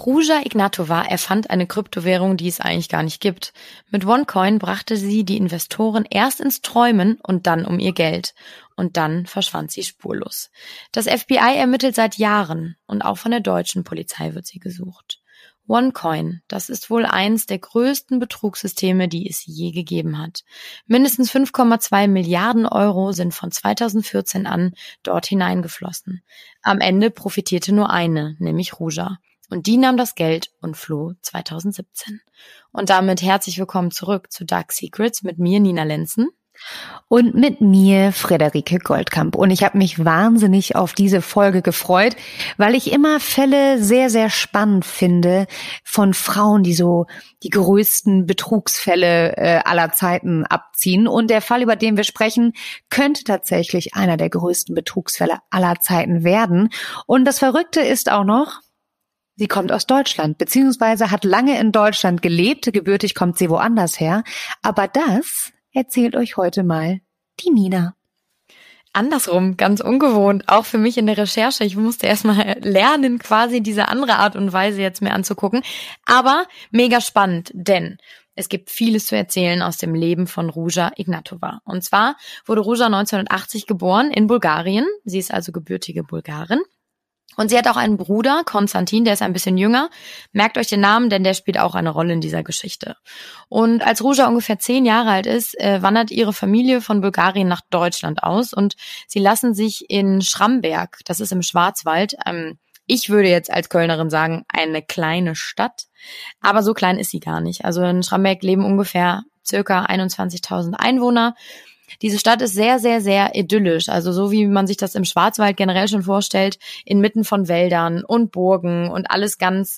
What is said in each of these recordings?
Ruja Ignatova erfand eine Kryptowährung, die es eigentlich gar nicht gibt. Mit OneCoin brachte sie die Investoren erst ins Träumen und dann um ihr Geld. Und dann verschwand sie spurlos. Das FBI ermittelt seit Jahren und auch von der deutschen Polizei wird sie gesucht. OneCoin, das ist wohl eins der größten Betrugssysteme, die es je gegeben hat. Mindestens 5,2 Milliarden Euro sind von 2014 an dort hineingeflossen. Am Ende profitierte nur eine, nämlich Ruja. Und die nahm das Geld und floh 2017. Und damit herzlich willkommen zurück zu Dark Secrets mit mir, Nina Lenzen. Und mit mir, Friederike Goldkamp. Und ich habe mich wahnsinnig auf diese Folge gefreut, weil ich immer Fälle sehr, sehr spannend finde von Frauen, die so die größten Betrugsfälle aller Zeiten abziehen. Und der Fall, über den wir sprechen, könnte tatsächlich einer der größten Betrugsfälle aller Zeiten werden. Und das Verrückte ist auch noch, sie kommt aus Deutschland, beziehungsweise hat lange in Deutschland gelebt. Gebürtig kommt sie woanders her. Aber das erzählt euch heute mal die Nina. Andersrum, ganz ungewohnt, auch für mich in der Recherche. Ich musste erstmal lernen, quasi diese andere Art und Weise jetzt mir anzugucken. Aber mega spannend, denn es gibt vieles zu erzählen aus dem Leben von Ruja Ignatova. Und zwar wurde Ruja 1980 geboren in Bulgarien. Sie ist also gebürtige Bulgarin. Und sie hat auch einen Bruder, Konstantin, der ist ein bisschen jünger. Merkt euch den Namen, denn der spielt auch eine Rolle in dieser Geschichte. Und als Ruja ungefähr 10 Jahre alt ist, wandert ihre Familie von Bulgarien nach Deutschland aus und sie lassen sich in Schramberg, das ist im Schwarzwald, ich würde jetzt als Kölnerin sagen, eine kleine Stadt, aber so klein ist sie gar nicht. Also in Schramberg leben ungefähr circa 21.000 Einwohner. Diese Stadt ist sehr, sehr, sehr idyllisch, also so wie man sich das im Schwarzwald generell schon vorstellt, inmitten von Wäldern und Burgen und alles ganz,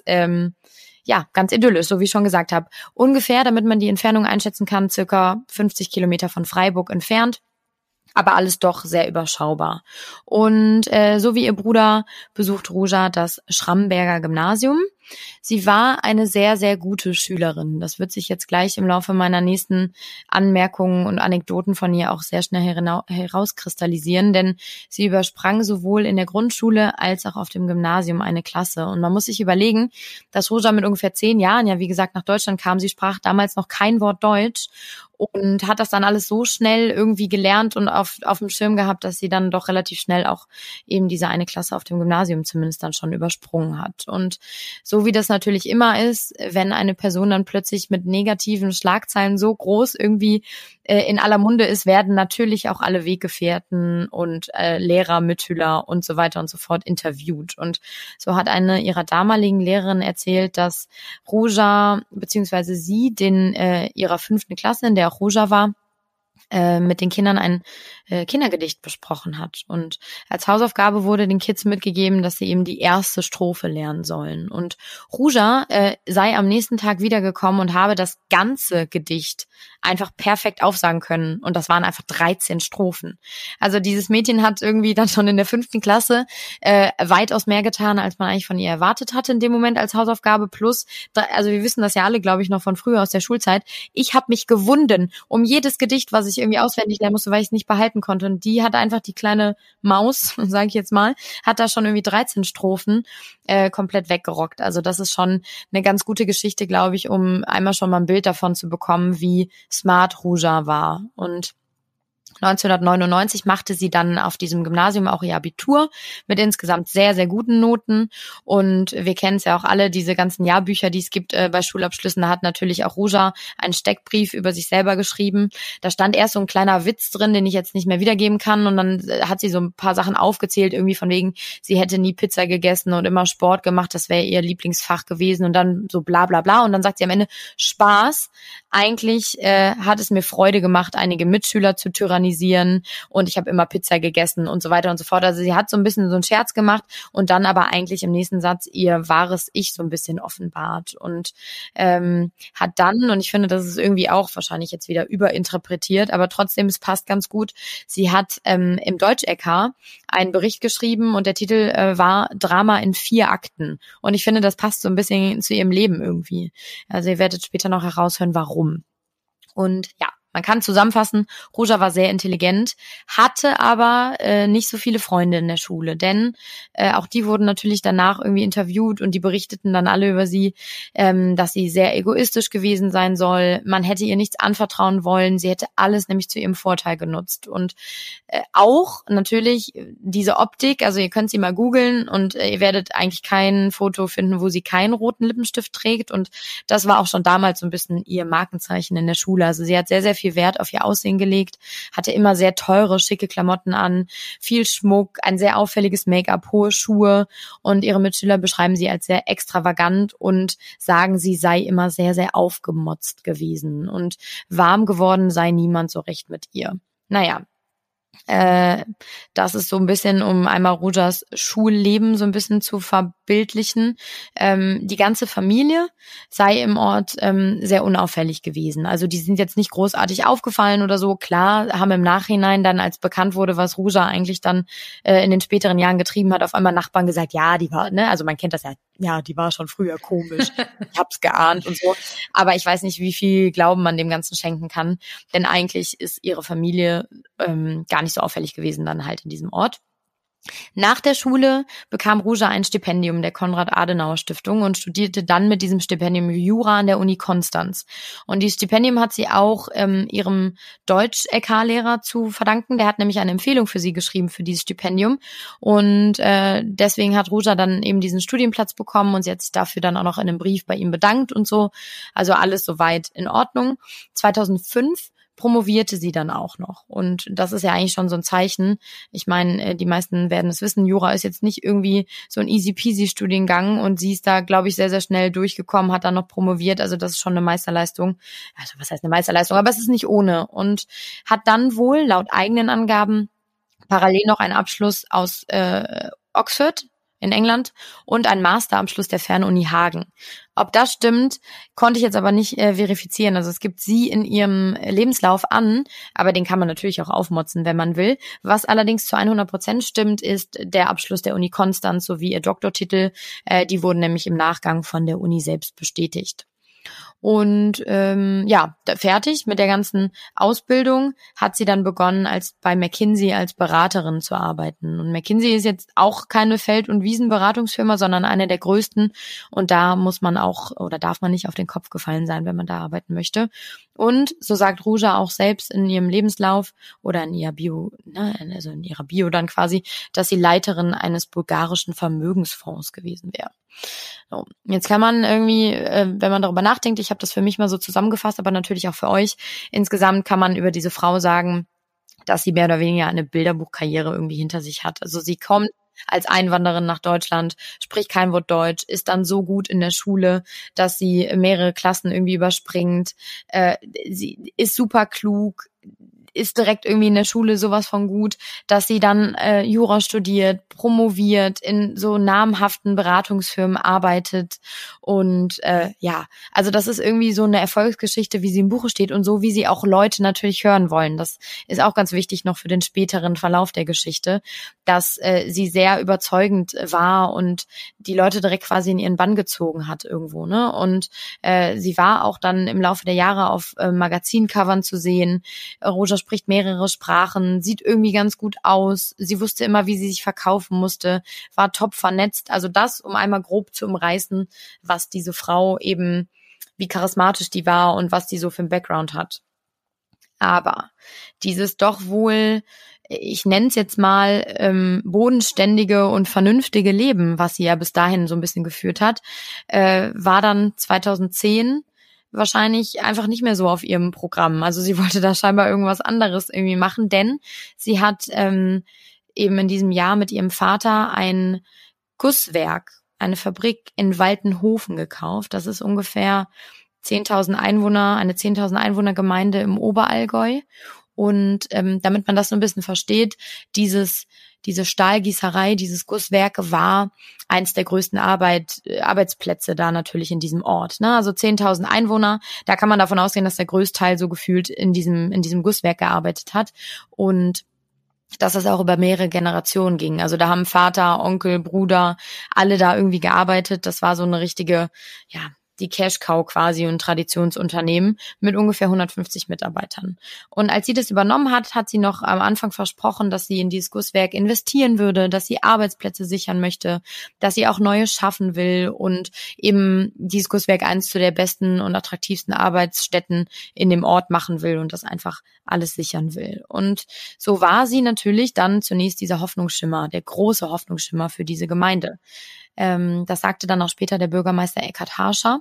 ganz idyllisch, so wie ich schon gesagt habe. Ungefähr, damit man die Entfernung einschätzen kann, circa 50 Kilometer von Freiburg entfernt, aber alles doch sehr überschaubar. Und so wie ihr Bruder besucht Ruja das Schramberger Gymnasium. Sie war eine sehr, sehr gute Schülerin. Das wird sich jetzt gleich im Laufe meiner nächsten Anmerkungen und Anekdoten von ihr auch sehr schnell herauskristallisieren, denn sie übersprang sowohl in der Grundschule als auch auf dem Gymnasium eine Klasse. Und man muss sich überlegen, dass Ruja mit ungefähr 10 Jahren, ja wie gesagt, nach Deutschland kam. Sie sprach damals noch kein Wort Deutsch und hat das dann alles so schnell irgendwie gelernt und auf dem Schirm gehabt, dass sie dann doch relativ schnell auch eben diese eine Klasse auf dem Gymnasium zumindest dann schon übersprungen hat. Und so wie das natürlich immer ist, wenn eine Person dann plötzlich mit negativen Schlagzeilen so groß irgendwie in aller Munde ist, werden natürlich auch alle Weggefährten und Lehrer, Mitschüler und so weiter und so fort interviewt. Und so hat eine ihrer damaligen Lehrerin erzählt, dass Ruja beziehungsweise sie ihrer 5. Klasse, in der auch Ruja war, mit den Kindern ein Kindergedicht besprochen hat. Und als Hausaufgabe wurde den Kids mitgegeben, dass sie eben die erste Strophe lernen sollen. Und Ruja sei am nächsten Tag wiedergekommen und habe das ganze Gedicht einfach perfekt aufsagen können. Und das waren einfach 13 Strophen. Also dieses Mädchen hat irgendwie dann schon in der 5. Klasse weitaus mehr getan, als man eigentlich von ihr erwartet hatte in dem Moment als Hausaufgabe. Plus, also wir wissen das ja alle, glaube ich, noch von früher aus der Schulzeit. Ich habe mich gewunden um jedes Gedicht, was ich irgendwie auswendig lernen musste, weil ich es nicht behalten konnte. Und die hat einfach die kleine Maus, sage ich jetzt mal, hat da schon irgendwie 13 Strophen komplett weggerockt. Also das ist schon eine ganz gute Geschichte, glaube ich, um einmal schon mal ein Bild davon zu bekommen, wie smart Ruja war. Und 1999 machte sie dann auf diesem Gymnasium auch ihr Abitur mit insgesamt sehr, sehr guten Noten. Und wir kennen es ja auch alle, diese ganzen Jahrbücher, die es gibt bei Schulabschlüssen. Da hat natürlich auch Ruja einen Steckbrief über sich selber geschrieben. Da stand erst so ein kleiner Witz drin, den ich jetzt nicht mehr wiedergeben kann. Und dann hat sie so ein paar Sachen aufgezählt, irgendwie von wegen, sie hätte nie Pizza gegessen und immer Sport gemacht. Das wäre ihr Lieblingsfach gewesen. Und dann so bla bla bla. Und dann sagt sie am Ende, Spaß. Eigentlich hat es mir Freude gemacht, einige Mitschüler zu tyrannisieren. Und ich habe immer Pizza gegessen und so weiter und so fort. Also sie hat so ein bisschen so einen Scherz gemacht und dann aber eigentlich im nächsten Satz ihr wahres Ich so ein bisschen offenbart und hat dann, und ich finde, das ist irgendwie auch wahrscheinlich jetzt wieder überinterpretiert, aber trotzdem, es passt ganz gut, sie hat im Deutsch-LK einen Bericht geschrieben und der Titel war Drama in 4 Akten. Und ich finde, das passt so ein bisschen zu ihrem Leben irgendwie. Also ihr werdet später noch heraushören, warum. Und ja, man kann zusammenfassen, Ruja war sehr intelligent, hatte aber nicht so viele Freunde in der Schule, denn auch die wurden natürlich danach irgendwie interviewt und die berichteten dann alle über sie, dass sie sehr egoistisch gewesen sein soll. Man hätte ihr nichts anvertrauen wollen. Sie hätte alles nämlich zu ihrem Vorteil genutzt. Und auch natürlich diese Optik, also ihr könnt sie mal googeln und ihr werdet eigentlich kein Foto finden, wo sie keinen roten Lippenstift trägt. Und das war auch schon damals so ein bisschen ihr Markenzeichen in der Schule. Also sie hat sehr, sehr viel Wert auf ihr Aussehen gelegt, hatte immer sehr teure, schicke Klamotten an, viel Schmuck, ein sehr auffälliges Make-up, hohe Schuhe, und ihre Mitschüler beschreiben sie als sehr extravagant und sagen, sie sei immer sehr, sehr aufgemotzt gewesen und warm geworden sei niemand so recht mit ihr. Naja, das ist so ein bisschen, um einmal Rujas Schulleben so ein bisschen zu verbildlichen. Die ganze Familie sei im Ort sehr unauffällig gewesen. Also die sind jetzt nicht großartig aufgefallen oder so. Klar, haben im Nachhinein dann, als bekannt wurde, was Ruja eigentlich dann in den späteren Jahren getrieben hat, auf einmal Nachbarn gesagt, ja, die war, ne, also man kennt das ja, die war schon früher komisch. Ich hab's geahnt und so. Aber ich weiß nicht, wie viel Glauben man dem Ganzen schenken kann. Denn eigentlich ist ihre Familie gar nicht so auffällig gewesen dann halt in diesem Ort. Nach der Schule bekam Ruja ein Stipendium der Konrad-Adenauer-Stiftung und studierte dann mit diesem Stipendium Jura an der Uni Konstanz. Und dieses Stipendium hat sie auch ihrem Deutsch-LK-Lehrer zu verdanken. Der hat nämlich eine Empfehlung für sie geschrieben für dieses Stipendium. Und deswegen hat Ruja dann eben diesen Studienplatz bekommen und sie hat sich dafür dann auch noch in einem Brief bei ihm bedankt und so. Also alles soweit in Ordnung. 2005 promovierte sie dann auch noch. Und das ist ja eigentlich schon so ein Zeichen. Ich meine, die meisten werden es wissen, Jura ist jetzt nicht irgendwie so ein easy-peasy-Studiengang und sie ist da, glaube ich, sehr, sehr schnell durchgekommen, hat dann noch promoviert. Also das ist schon eine Meisterleistung. Also was heißt eine Meisterleistung? Aber es ist nicht ohne. Und hat dann wohl laut eigenen Angaben parallel noch einen Abschluss aus Oxford in England und einen Masterabschluss der Fernuni Hagen. Ob das stimmt, konnte ich jetzt aber nicht verifizieren. Also es gibt sie in ihrem Lebenslauf an, aber den kann man natürlich auch aufmotzen, wenn man will. Was allerdings zu 100% stimmt, ist der Abschluss der Uni Konstanz sowie ihr Doktortitel. Die wurden nämlich im Nachgang von der Uni selbst bestätigt. Und fertig mit der ganzen Ausbildung hat sie dann begonnen, bei McKinsey als Beraterin zu arbeiten. Und McKinsey ist jetzt auch keine Feld- und Wiesenberatungsfirma, sondern eine der größten. Und da muss man auch oder darf man nicht auf den Kopf gefallen sein, wenn man da arbeiten möchte. Und so sagt Ruja auch selbst in ihrem Lebenslauf oder in ihrer Bio, also in ihrer Bio dann quasi, dass sie Leiterin eines bulgarischen Vermögensfonds gewesen wäre. So, jetzt kann man irgendwie, wenn man darüber nachdenkt, ich habe das für mich mal so zusammengefasst, aber natürlich auch für euch, insgesamt kann man über diese Frau sagen, dass sie mehr oder weniger eine Bilderbuchkarriere irgendwie hinter sich hat. Also sie kommt als Einwanderin nach Deutschland, spricht kein Wort Deutsch, ist dann so gut in der Schule, dass sie mehrere Klassen irgendwie überspringt. Sie ist super klug, ist direkt irgendwie in der Schule sowas von gut, dass sie dann Jura studiert, promoviert, in so namhaften Beratungsfirmen arbeitet und also das ist irgendwie so eine Erfolgsgeschichte, wie sie im Buche steht und so, wie sie auch Leute natürlich hören wollen. Das ist auch ganz wichtig noch für den späteren Verlauf der Geschichte, dass sie sehr überzeugend war und die Leute direkt quasi in ihren Bann gezogen hat irgendwo, ne? Und sie war auch dann im Laufe der Jahre auf Magazincovern zu sehen. Ruja spricht mehrere Sprachen, sieht irgendwie ganz gut aus. Sie wusste immer, wie sie sich verkaufen musste, war top vernetzt. Also das, um einmal grob zu umreißen, was diese Frau eben, wie charismatisch die war und was die so für einen Background hat. Aber dieses doch wohl, ich nenne es jetzt mal, bodenständige und vernünftige Leben, was sie ja bis dahin so ein bisschen geführt hat, war dann 2010 wahrscheinlich einfach nicht mehr so auf ihrem Programm. Also sie wollte da scheinbar irgendwas anderes irgendwie machen, denn sie hat eben in diesem Jahr mit ihrem Vater ein Gusswerk, eine Fabrik in Waltenhofen gekauft. Das ist ungefähr 10.000 Einwohner, eine 10.000 Einwohner Gemeinde im Oberallgäu. Und damit man das so ein bisschen versteht, diese Stahlgießerei, dieses Gusswerk war eins der größten Arbeitsplätze da natürlich in diesem Ort. Ne? Also 10.000 Einwohner, da kann man davon ausgehen, dass der Größteil so gefühlt in diesem Gusswerk gearbeitet hat. Und dass das auch über mehrere Generationen ging. Also da haben Vater, Onkel, Bruder, alle da irgendwie gearbeitet. Das war so eine richtige, die Cash-Cow quasi und Traditionsunternehmen mit ungefähr 150 Mitarbeitern. Und als sie das übernommen hat, hat sie noch am Anfang versprochen, dass sie in dieses Gusswerk investieren würde, dass sie Arbeitsplätze sichern möchte, dass sie auch neue schaffen will und eben dieses Gusswerk eins zu der besten und attraktivsten Arbeitsstätten in dem Ort machen will und das einfach alles sichern will. Und so war sie natürlich dann zunächst dieser Hoffnungsschimmer, der große Hoffnungsschimmer für diese Gemeinde. Das sagte dann auch später der Bürgermeister Eckhard Harscher.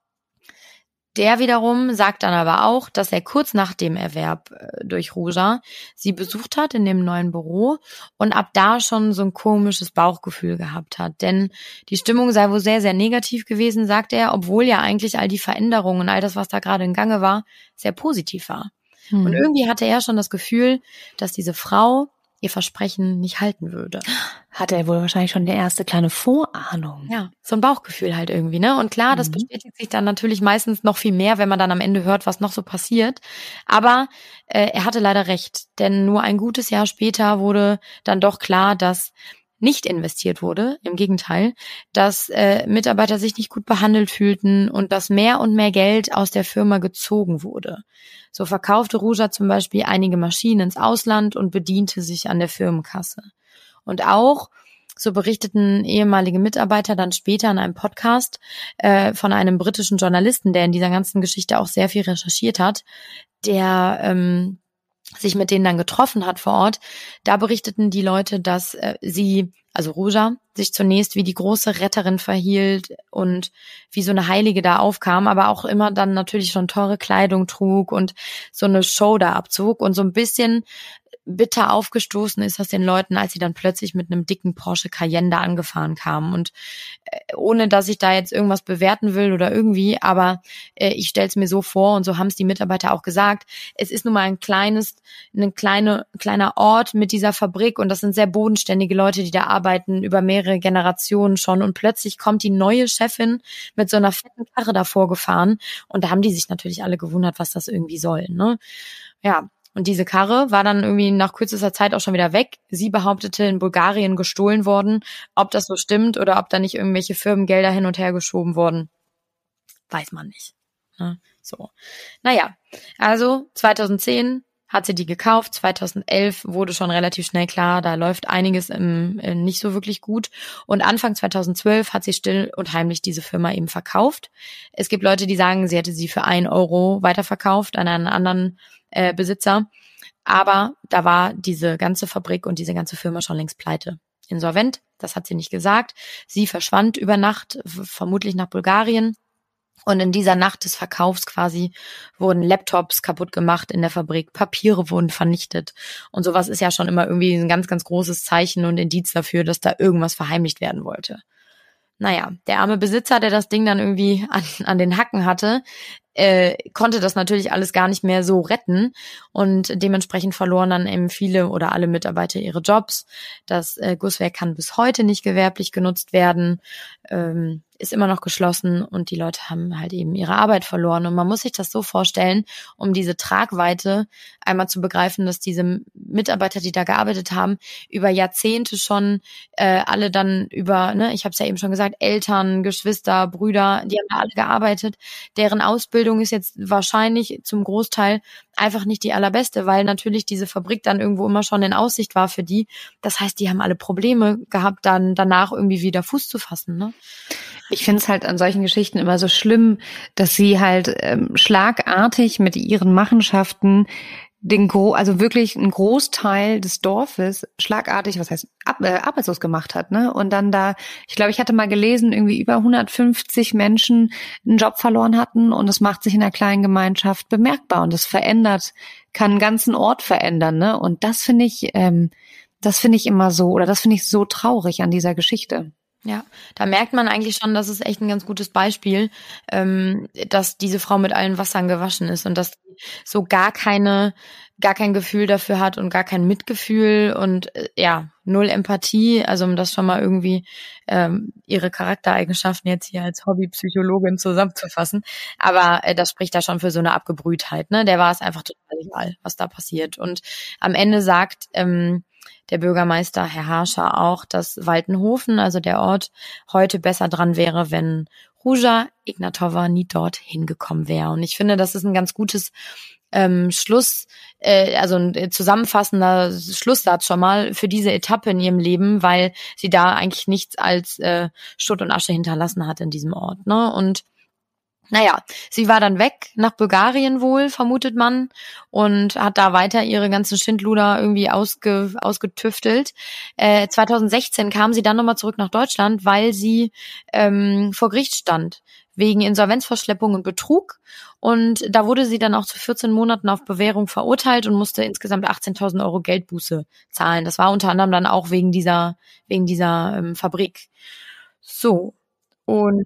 Der wiederum sagt dann aber auch, dass er kurz nach dem Erwerb durch Ruja sie besucht hat in dem neuen Büro und ab da schon so ein komisches Bauchgefühl gehabt hat. Denn die Stimmung sei wohl sehr, sehr negativ gewesen, sagt er, obwohl ja eigentlich all die Veränderungen und all das, was da gerade in Gange war, sehr positiv war. Und irgendwie hatte er schon das Gefühl, dass diese Frau ihr Versprechen nicht halten würde. Hat er wohl wahrscheinlich schon eine erste kleine Vorahnung. Ja, so ein Bauchgefühl halt irgendwie, ne? Und klar, das bestätigt sich dann natürlich meistens noch viel mehr, wenn man dann am Ende hört, was noch so passiert. Aber er hatte leider recht, denn nur ein gutes Jahr später wurde dann doch klar, dass nicht investiert wurde, im Gegenteil, dass Mitarbeiter sich nicht gut behandelt fühlten und dass mehr und mehr Geld aus der Firma gezogen wurde. So verkaufte Ruja zum Beispiel einige Maschinen ins Ausland und bediente sich an der Firmenkasse. Und auch, so berichteten ehemalige Mitarbeiter dann später in einem Podcast von einem britischen Journalisten, der in dieser ganzen Geschichte auch sehr viel recherchiert hat, der sich mit denen dann getroffen hat vor Ort, da berichteten die Leute, dass sie, also Ruja, sich zunächst wie die große Retterin verhielt und wie so eine Heilige da aufkam, aber auch immer dann natürlich schon teure Kleidung trug und so eine Show da abzog und so ein bisschen bitter aufgestoßen ist das den Leuten, als sie dann plötzlich mit einem dicken Porsche Cayenne da angefahren kamen. Und ohne, dass ich da jetzt irgendwas bewerten will oder irgendwie, aber ich stelle es mir so vor und so haben es die Mitarbeiter auch gesagt, es ist nun mal ein kleiner Ort mit dieser Fabrik und das sind sehr bodenständige Leute, die da arbeiten, über mehrere Generationen schon und plötzlich kommt die neue Chefin mit so einer fetten Karre davor gefahren und da haben die sich natürlich alle gewundert, was das irgendwie soll, ne? Ja. Und diese Karre war dann irgendwie nach kürzester Zeit auch schon wieder weg. Sie behauptete, in Bulgarien gestohlen worden. Ob das so stimmt oder ob da nicht irgendwelche Firmengelder hin und her geschoben wurden, weiß man nicht. Ne? So. Naja, also 2010 hat sie die gekauft. 2011 wurde schon relativ schnell klar, da läuft einiges nicht so wirklich gut. Und Anfang 2012 hat sie still und heimlich diese Firma eben verkauft. Es gibt Leute, die sagen, sie hätte sie für 1 Euro weiterverkauft an einen anderen Besitzer. Aber da war diese ganze Fabrik und diese ganze Firma schon längst pleite. Insolvent, das hat sie nicht gesagt. Sie verschwand über Nacht, vermutlich nach Bulgarien. Und in dieser Nacht des Verkaufs quasi wurden Laptops kaputt gemacht in der Fabrik, Papiere wurden vernichtet. Und sowas ist ja schon immer irgendwie ein ganz, ganz großes Zeichen und Indiz dafür, dass da irgendwas verheimlicht werden wollte. Naja, der arme Besitzer, der das Ding dann irgendwie an den Hacken hatte, konnte das natürlich alles gar nicht mehr so retten und dementsprechend verloren dann eben viele oder alle Mitarbeiter ihre Jobs. Das Gusswerk kann bis heute nicht gewerblich genutzt werden, ist immer noch geschlossen und die Leute haben halt eben ihre Arbeit verloren. Und man muss sich das so vorstellen, um diese Tragweite einmal zu begreifen, dass diese Mitarbeiter, die da gearbeitet haben, über Jahrzehnte schon alle dann über, ne, ich habe es ja eben schon gesagt, Eltern, Geschwister, Brüder, die haben da alle gearbeitet. Deren Ausbildung ist jetzt wahrscheinlich zum Großteil einfach nicht die allerbeste, weil natürlich diese Fabrik dann irgendwo immer schon in Aussicht war für die. Das heißt, die haben alle Probleme gehabt, dann danach irgendwie wieder Fuß zu fassen, ne? Ich finde es halt an solchen Geschichten immer so schlimm, dass sie halt schlagartig mit ihren Machenschaften also wirklich einen Großteil des Dorfes schlagartig, was heißt, arbeitslos gemacht hat, ne? Und dann da, ich glaube, ich hatte mal gelesen, irgendwie über 150 Menschen einen Job verloren hatten und das macht sich in einer kleinen Gemeinschaft bemerkbar und das kann einen ganzen Ort verändern, ne? Und das finde ich immer so, oder das finde ich so traurig an dieser Geschichte. Ja, da merkt man eigentlich schon, das ist echt ein ganz gutes Beispiel, dass diese Frau mit allen Wassern gewaschen ist und dass sie so gar kein Gefühl dafür hat und gar kein Mitgefühl und ja, null Empathie, also um das schon mal irgendwie ihre Charaktereigenschaften jetzt hier als Hobbypsychologin zusammenzufassen. Aber das spricht da schon für so eine Abgebrühtheit, ne? Der war es einfach total egal, was da passiert. Und am Ende sagt der Bürgermeister, Herr Harscher, auch, dass Waltenhofen, also der Ort, heute besser dran wäre, wenn Ruža Ignatova nie dort hingekommen wäre. Und ich finde, das ist ein ganz gutes Schluss, also ein zusammenfassender Schlusssatz schon mal für diese Etappe in ihrem Leben, weil sie da eigentlich nichts als Schutt und Asche hinterlassen hat in diesem Ort, ne? Und naja, sie war dann weg, nach Bulgarien wohl, vermutet man, und hat da weiter ihre ganzen Schindluder irgendwie ausgetüftelt. 2016 kam sie dann nochmal zurück nach Deutschland, weil sie vor Gericht stand, wegen Insolvenzverschleppung und Betrug. Und da wurde sie dann auch zu 14 Monaten auf Bewährung verurteilt und musste insgesamt 18.000 Euro Geldbuße zahlen. Das war unter anderem dann auch wegen dieser Fabrik. So. Und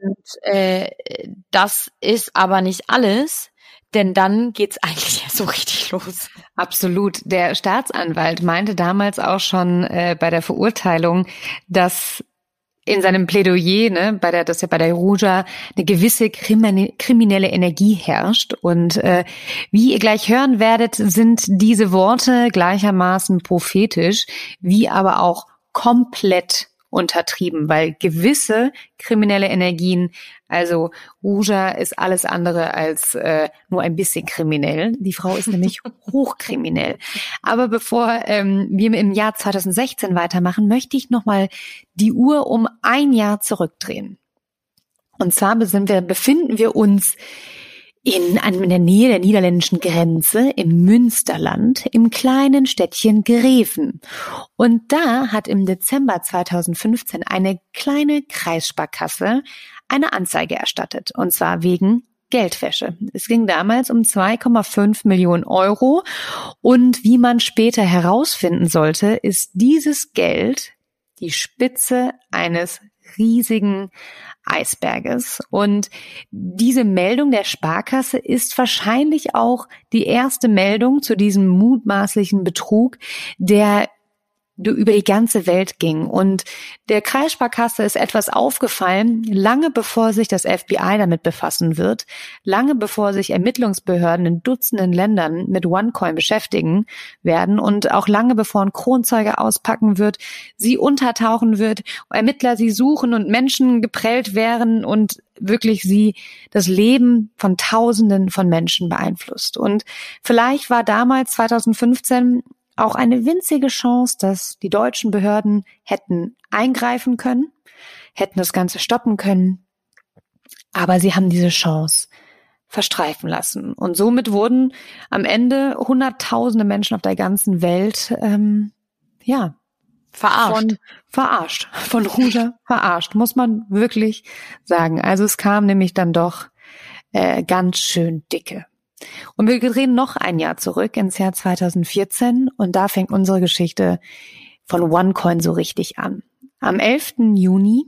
das ist aber nicht alles, denn dann geht's eigentlich erst so richtig los. Absolut. Der Staatsanwalt meinte damals auch schon bei der Verurteilung, dass in seinem Plädoyer, ne, bei der Ruža eine gewisse kriminelle Energie herrscht. Und wie ihr gleich hören werdet, sind diese Worte gleichermaßen prophetisch, wie aber auch komplett untertrieben, weil gewisse kriminelle Energien, also Ruža ist alles andere als nur ein bisschen kriminell. Die Frau ist nämlich hochkriminell. Aber bevor wir im Jahr 2016 weitermachen, möchte ich nochmal die Uhr um ein Jahr zurückdrehen. Und zwar befinden wir uns in der Nähe der niederländischen Grenze im Münsterland im kleinen Städtchen Greven. Und da hat im Dezember 2015 eine kleine Kreissparkasse eine Anzeige erstattet, und zwar wegen Geldwäsche. Es ging damals um 2,5 Millionen Euro, und wie man später herausfinden sollte, ist dieses Geld die Spitze eines riesigen Eisberges. Und diese Meldung der Sparkasse ist wahrscheinlich auch die erste Meldung zu diesem mutmaßlichen Betrug, der über die ganze Welt ging. Und der Kreissparkasse ist etwas aufgefallen, lange bevor sich das FBI damit befassen wird, lange bevor sich Ermittlungsbehörden in Dutzenden Ländern mit OneCoin beschäftigen werden und auch lange bevor ein Kronzeuge auspacken wird, sie untertauchen wird, Ermittler sie suchen und Menschen geprellt wären und wirklich sie das Leben von Tausenden von Menschen beeinflusst. Und vielleicht war damals 2015 auch eine winzige Chance, dass die deutschen Behörden hätten eingreifen können, hätten das Ganze stoppen können. Aber sie haben diese Chance verstreifen lassen. Und somit wurden am Ende Hunderttausende Menschen auf der ganzen Welt, verarscht. Von Ruža verarscht, muss man wirklich sagen. Also es kam nämlich dann doch ganz schön dicke. Und wir drehen noch ein Jahr zurück ins Jahr 2014, und da fängt unsere Geschichte von OneCoin so richtig an. Am 11. Juni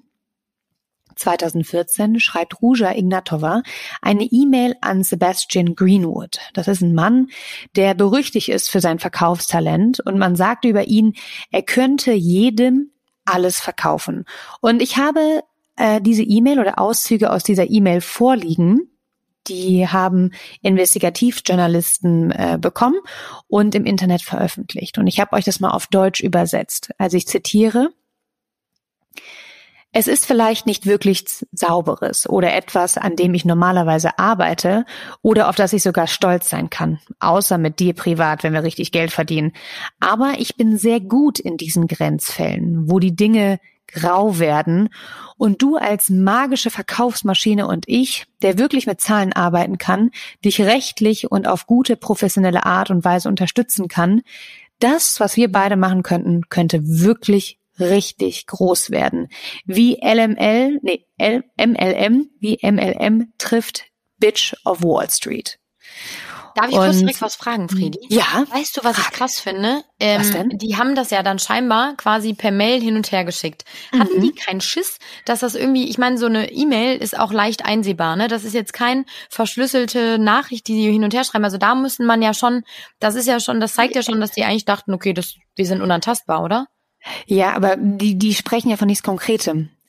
2014 schreibt Ruža Ignatova eine E-Mail an Sebastian Greenwood. Das ist ein Mann, der berüchtigt ist für sein Verkaufstalent, und man sagt über ihn, er könnte jedem alles verkaufen. Und ich habe diese E-Mail oder Auszüge aus dieser E-Mail vorliegen. Die haben Investigativjournalisten bekommen und im Internet veröffentlicht. Und ich habe euch das mal auf Deutsch übersetzt. Also ich zitiere: Es ist vielleicht nicht wirklich Sauberes oder etwas, an dem ich normalerweise arbeite oder auf das ich sogar stolz sein kann, außer mit dir privat, wenn wir richtig Geld verdienen. Aber ich bin sehr gut in diesen Grenzfällen, wo die Dinge grau werden und du als magische Verkaufsmaschine und ich, der wirklich mit Zahlen arbeiten kann, dich rechtlich und auf gute professionelle Art und Weise unterstützen kann. Das, was wir beide machen könnten, könnte wirklich richtig groß werden. Wie MLM trifft Bitch of Wall Street. Darf ich kurz direkt was fragen, Friedi? Ja. Weißt du, was ich krass finde? Was denn? Die haben das ja dann scheinbar quasi per Mail hin und her geschickt. Hatten die keinen Schiss, dass das irgendwie, ich meine, so eine E-Mail ist auch leicht einsehbar, ne? Das ist jetzt keine verschlüsselte Nachricht, die sie hin und her schreiben. Also da müssen man ja schon, das zeigt ja schon, dass die eigentlich dachten, okay, wir sind unantastbar, oder? Ja, aber die sprechen ja von nichts Konkretem.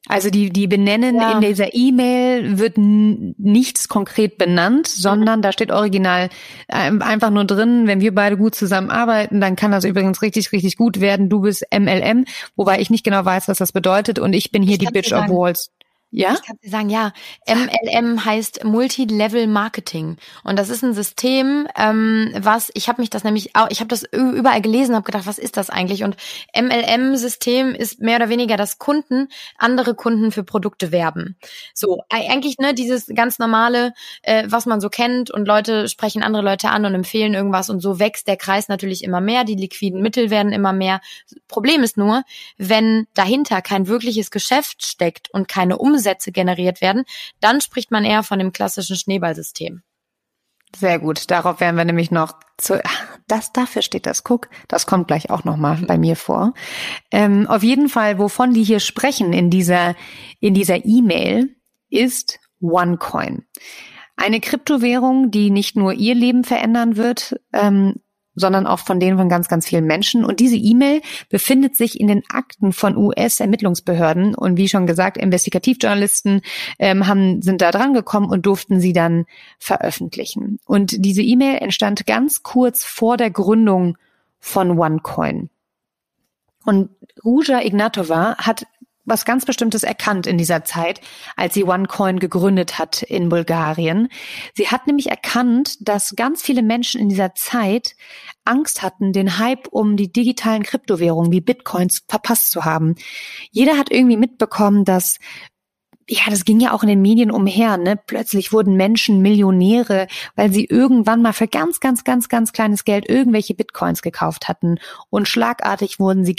Also die benennen in dieser E-Mail wird nichts konkret benannt, sondern da steht original einfach nur drin, wenn wir beide gut zusammenarbeiten, dann kann das übrigens richtig, richtig gut werden. Du bist MLM, wobei ich nicht genau weiß, was das bedeutet und ich bin hier die Bitch of Walls. Ja? Ich kann dir sagen, ja. MLM heißt Multi-Level Marketing. Und das ist ein System, ich habe das überall gelesen, habe gedacht, was ist das eigentlich? Und MLM-System ist mehr oder weniger, dass Kunden andere Kunden für Produkte werben. So, eigentlich, dieses ganz normale, was man so kennt und Leute sprechen andere Leute an und empfehlen irgendwas und so wächst der Kreis natürlich immer mehr, die liquiden Mittel werden immer mehr. Problem ist nur, wenn dahinter kein wirkliches Geschäft steckt und keine Umsätze generiert werden, dann spricht man eher von dem klassischen Schneeballsystem. Sehr gut, darauf werden wir nämlich noch dafür steht das, guck, das kommt gleich auch nochmal bei mir vor. Auf jeden Fall, wovon die hier sprechen in dieser E-Mail ist OneCoin. Eine Kryptowährung, die nicht nur ihr Leben verändern wird, sondern auch von denen von ganz, ganz vielen Menschen. Und diese E-Mail befindet sich in den Akten von US-Ermittlungsbehörden. Und wie schon gesagt, Investigativjournalisten sind da dran gekommen und durften sie dann veröffentlichen. Und diese E-Mail entstand ganz kurz vor der Gründung von OneCoin. Und Ruja Ignatova hat was ganz Bestimmtes erkannt in dieser Zeit, als sie OneCoin gegründet hat in Bulgarien. Sie hat nämlich erkannt, dass ganz viele Menschen in dieser Zeit Angst hatten, den Hype um die digitalen Kryptowährungen wie Bitcoins verpasst zu haben. Jeder hat irgendwie mitbekommen, dass das ging ja auch in den Medien umher, ne? Plötzlich wurden Menschen Millionäre, weil sie irgendwann mal für ganz, ganz, ganz, ganz kleines Geld irgendwelche Bitcoins gekauft hatten. Und schlagartig wurden sie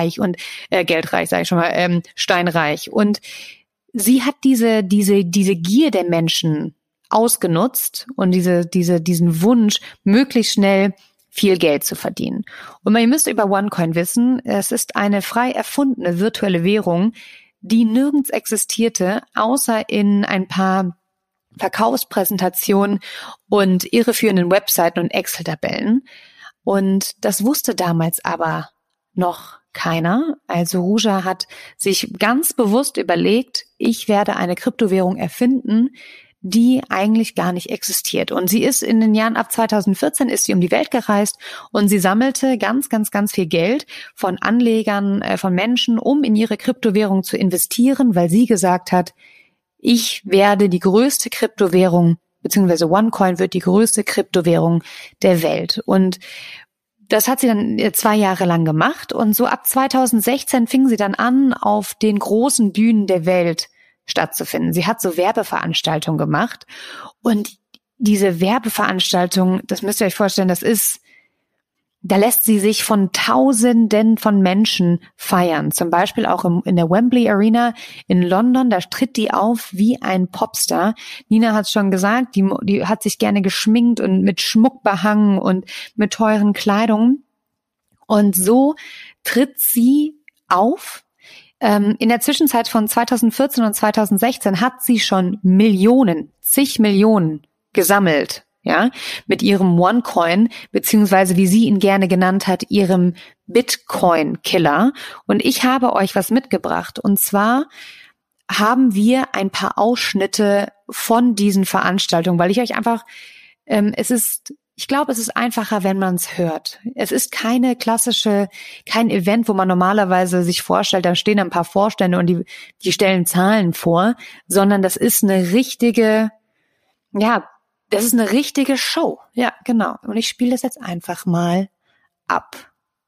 steinreich. Und sie hat diese Gier der Menschen ausgenutzt und diesen Wunsch, möglichst schnell viel Geld zu verdienen. Und ihr müsst über OneCoin wissen, es ist eine frei erfundene virtuelle Währung, die nirgends existierte, außer in ein paar Verkaufspräsentationen und irreführenden Webseiten und Excel-Tabellen. Und das wusste damals aber noch keiner. Also Ruja hat sich ganz bewusst überlegt, ich werde eine Kryptowährung erfinden, die eigentlich gar nicht existiert. Und sie ist in den Jahren ab 2014 ist sie um die Welt gereist und sie sammelte ganz, ganz, ganz viel Geld von Anlegern, von Menschen, um in ihre Kryptowährung zu investieren, weil sie gesagt hat, ich werde die größte Kryptowährung, beziehungsweise OneCoin wird die größte Kryptowährung der Welt. Und das hat sie dann 2 Jahre lang gemacht und so ab 2016 fing sie dann an, auf den großen Bühnen der Welt stattzufinden. Sie hat so Werbeveranstaltungen gemacht und diese Werbeveranstaltung, das müsst ihr euch vorstellen, da lässt sie sich von Tausenden von Menschen feiern. Zum Beispiel auch in der Wembley Arena in London, da tritt die auf wie ein Popstar. Nina hat es schon gesagt, die hat sich gerne geschminkt und mit Schmuck behangen und mit teuren Kleidungen. Und so tritt sie auf. In der Zwischenzeit von 2014 und 2016 hat sie schon zig Millionen gesammelt, ja, mit ihrem OneCoin, beziehungsweise wie sie ihn gerne genannt hat, ihrem Bitcoin-Killer. Und ich habe euch was mitgebracht. Und zwar haben wir ein paar Ausschnitte von diesen Veranstaltungen, weil ich euch einfach, ich glaube, es ist einfacher, wenn man es hört. Es ist kein Event, wo man normalerweise sich vorstellt, da stehen ein paar Vorstände und die stellen Zahlen vor, sondern das ist eine richtige Show. Ja, genau. Und ich spiele das jetzt einfach mal ab.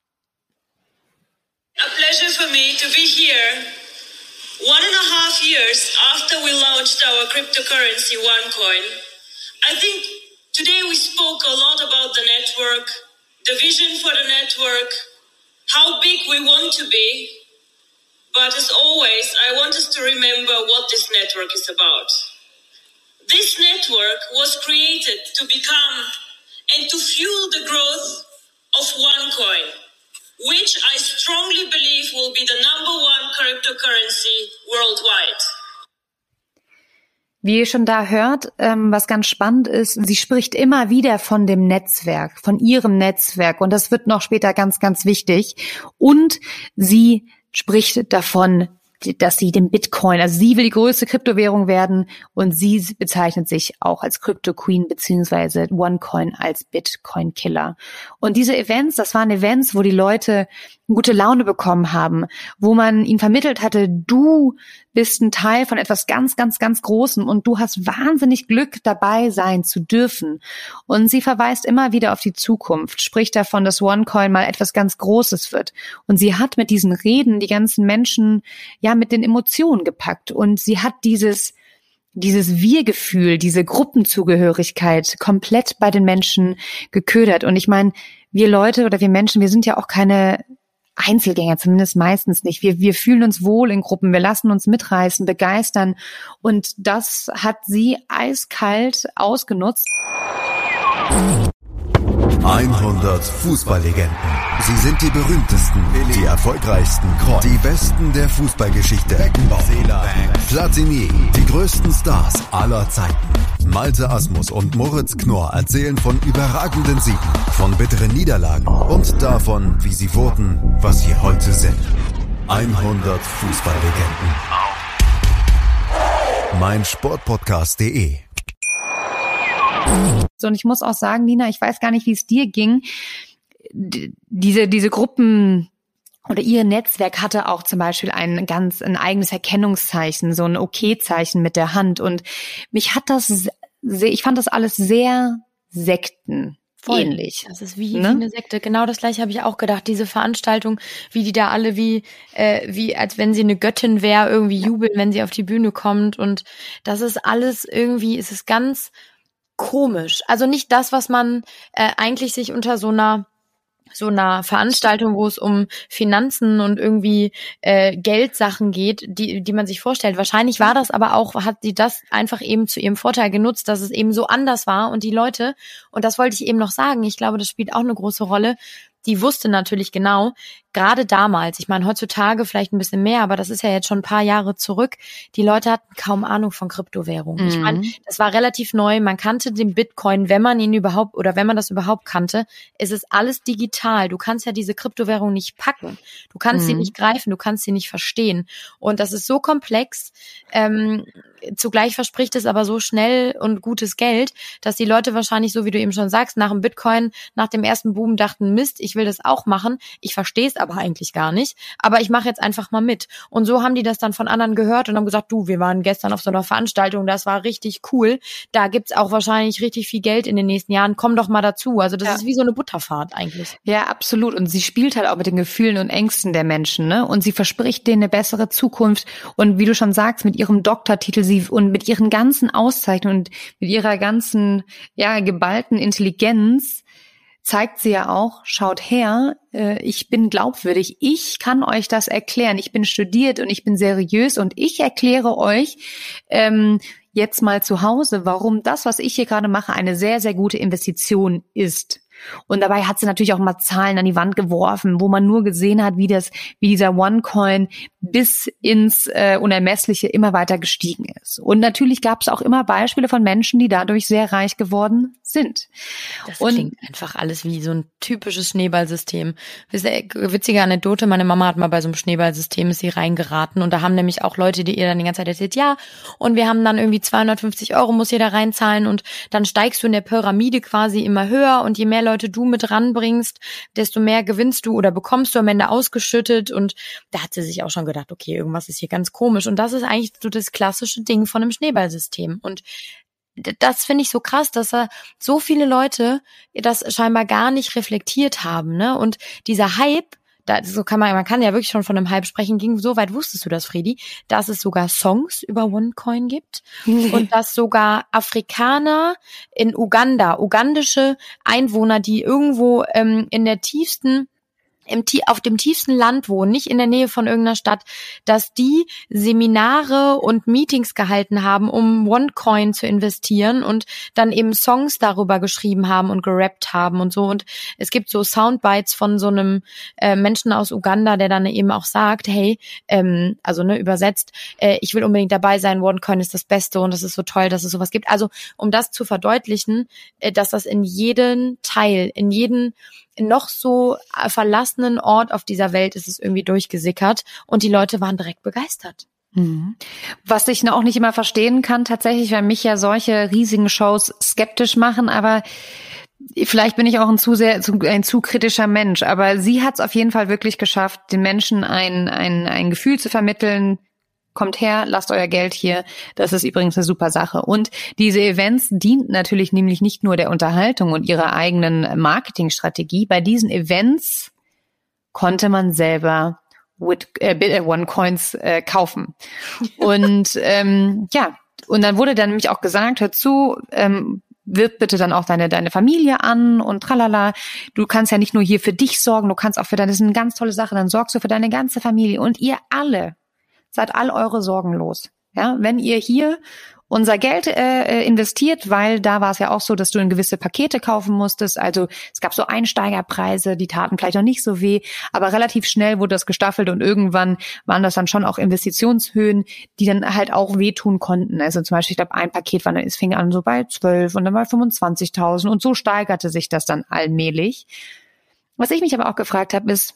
A pleasure for me to be here 1.5 years after we launched our cryptocurrency OneCoin. I think today we spoke a lot about the network, the vision for the network, how big we want to be. But as always, I want us to remember what this network is about. This network was created to become and to fuel the growth of OneCoin, which I strongly believe will be the #1 cryptocurrency worldwide. Wie ihr schon da hört, was ganz spannend ist, sie spricht immer wieder von dem Netzwerk, von ihrem Netzwerk und das wird noch später ganz, ganz wichtig. Und sie spricht davon, dass sie den Bitcoin, also sie will die größte Kryptowährung werden und sie bezeichnet sich auch als Crypto Queen beziehungsweise OneCoin als Bitcoin Killer. Und diese Events, das waren Events, wo die Leute gute Laune bekommen haben, wo man ihnen vermittelt hatte, du bist ein Teil von etwas ganz, ganz, ganz Großem und du hast wahnsinnig Glück, dabei sein zu dürfen. Und sie verweist immer wieder auf die Zukunft, spricht davon, dass OneCoin mal etwas ganz Großes wird. Und sie hat mit diesen Reden die ganzen Menschen ja mit den Emotionen gepackt und sie hat dieses Wir-Gefühl, diese Gruppenzugehörigkeit komplett bei den Menschen geködert. Und ich meine, wir Leute oder wir Menschen, wir sind ja auch keine Einzelgänger, zumindest meistens nicht. Wir fühlen uns wohl in Gruppen, wir lassen uns mitreißen, begeistern. Und das hat sie eiskalt ausgenutzt. 100 Fußballlegenden. Sie sind die berühmtesten, die erfolgreichsten, die besten der Fußballgeschichte. Beckenbauer, Platini, die größten Stars aller Zeiten. Malte Asmus und Moritz Knorr erzählen von überragenden Siegen, von bitteren Niederlagen und davon, wie sie wurden, was sie heute sind. 100 Fußballlegenden. meinsportpodcast.de. So, und ich muss auch sagen, Nina, ich weiß gar nicht, wie es dir ging. Diese Gruppen oder ihr Netzwerk hatte auch zum Beispiel ein eigenes Erkennungszeichen, so ein Okay-Zeichen mit der Hand. Und ich fand das alles sehr sektenähnlich. Das ist wie eine Sekte. Genau das gleiche habe ich auch gedacht. Diese Veranstaltung, wie die da alle wie als wenn sie eine Göttin wäre, irgendwie jubeln, wenn sie auf die Bühne kommt. Und das ist alles irgendwie, es ist ganz komisch. Also nicht das, was man eigentlich sich unter so einer Veranstaltung, wo es um Finanzen und irgendwie Geldsachen geht, die man sich vorstellt. Wahrscheinlich war das aber auch, hat sie das einfach eben zu ihrem Vorteil genutzt, dass es eben so anders war und die Leute, und das wollte ich eben noch sagen, ich glaube, das spielt auch eine große Rolle, die wusste natürlich genau, gerade damals, ich meine heutzutage vielleicht ein bisschen mehr, aber das ist ja jetzt schon ein paar Jahre zurück, die Leute hatten kaum Ahnung von Kryptowährungen. Ich meine, das war relativ neu, man kannte den Bitcoin, wenn man das überhaupt kannte, es ist alles digital, du kannst ja diese Kryptowährung nicht packen, du kannst sie nicht greifen, du kannst sie nicht verstehen und das ist so komplex, zugleich verspricht es aber so schnell und gutes Geld, dass die Leute wahrscheinlich, so wie du eben schon sagst, nach dem Bitcoin, nach dem ersten Boom dachten, Mist, ich will das auch machen, ich verstehe es aber eigentlich gar nicht, aber ich mache jetzt einfach mal mit. Und so haben die das dann von anderen gehört und haben gesagt, du, wir waren gestern auf so einer Veranstaltung, das war richtig cool, da gibt's auch wahrscheinlich richtig viel Geld in den nächsten Jahren, komm doch mal dazu. Also das ist wie so eine Butterfahrt eigentlich. Ja, absolut. Und sie spielt halt auch mit den Gefühlen und Ängsten der Menschen, ne? Und sie verspricht denen eine bessere Zukunft. Und wie du schon sagst, mit ihrem Doktortitel und mit ihren ganzen Auszeichnungen und mit ihrer ganzen, geballten Intelligenz zeigt sie ja auch, schaut her, ich bin glaubwürdig, ich kann euch das erklären, ich bin studiert und ich bin seriös und ich erkläre euch jetzt mal zu Hause, warum das, was ich hier gerade mache, eine sehr, sehr gute Investition ist. Und dabei hat sie natürlich auch mal Zahlen an die Wand geworfen, wo man nur gesehen hat, wie dieser OneCoin bis ins Unermessliche immer weiter gestiegen ist. Und natürlich gab es auch immer Beispiele von Menschen, die dadurch sehr reich geworden sind. Das klingt einfach alles wie so ein typisches Schneeballsystem. Witzige Anekdote, meine Mama hat mal bei so einem Schneeballsystem ist sie reingeraten und da haben nämlich auch Leute, die ihr dann die ganze Zeit erzählt, ja, und wir haben dann irgendwie 250 € muss ihr da reinzahlen und dann steigst du in der Pyramide quasi immer höher und je mehr Leute du mit ranbringst, desto mehr gewinnst du oder bekommst du am Ende ausgeschüttet und da hat sie sich auch schon gedacht, okay, irgendwas ist hier ganz komisch und das ist eigentlich so das klassische Ding von einem Schneeballsystem und das finde ich so krass, dass so viele Leute das scheinbar gar nicht reflektiert haben, ne? Und dieser Hype, man kann ja wirklich schon von einem Hype sprechen, ging so weit, wusstest du das, Fredi, dass es sogar Songs über OneCoin gibt und dass sogar Afrikaner in ugandische Einwohner, die irgendwo in der auf dem tiefsten Land wohnen, nicht in der Nähe von irgendeiner Stadt, dass die Seminare und Meetings gehalten haben, um OneCoin zu investieren und dann eben Songs darüber geschrieben haben und gerappt haben und so. Und es gibt so Soundbites von so einem Menschen aus Uganda, der dann eben auch sagt, hey, übersetzt, ich will unbedingt dabei sein, OneCoin ist das Beste und das ist so toll, dass es sowas gibt. Also um das zu verdeutlichen, dass das in jeden Teil, in jeden noch so verlassenen Ort auf dieser Welt ist es irgendwie durchgesickert und die Leute waren direkt begeistert. Was ich auch nicht immer verstehen kann, tatsächlich, weil mich ja solche riesigen Shows skeptisch machen, aber vielleicht bin ich auch ein zu kritischer Mensch, aber sie hat es auf jeden Fall wirklich geschafft, den Menschen ein Gefühl zu vermitteln. Kommt her, lasst euer Geld hier. Das ist übrigens eine super Sache. Und diese Events dienten natürlich nämlich nicht nur der Unterhaltung und ihrer eigenen Marketingstrategie. Bei diesen Events konnte man selber OneCoins kaufen. Und und dann wurde dann nämlich auch gesagt, hör zu, wirb bitte dann auch deine Familie an und tralala. Du kannst ja nicht nur hier für dich sorgen, du kannst auch das ist eine ganz tolle Sache, dann sorgst du für deine ganze Familie. Und ihr alle seid all eure Sorgen los. Ja, wenn ihr hier unser Geld investiert, weil da war es ja auch so, dass du in gewisse Pakete kaufen musstest. Also es gab so Einsteigerpreise, die taten vielleicht noch nicht so weh, aber relativ schnell wurde das gestaffelt und irgendwann waren das dann schon auch Investitionshöhen, die dann halt auch wehtun konnten. Also zum Beispiel, ich glaube, ein Paket es fing an so bei 12 und dann bei 25.000 und so steigerte sich das dann allmählich. Was ich mich aber auch gefragt habe, ist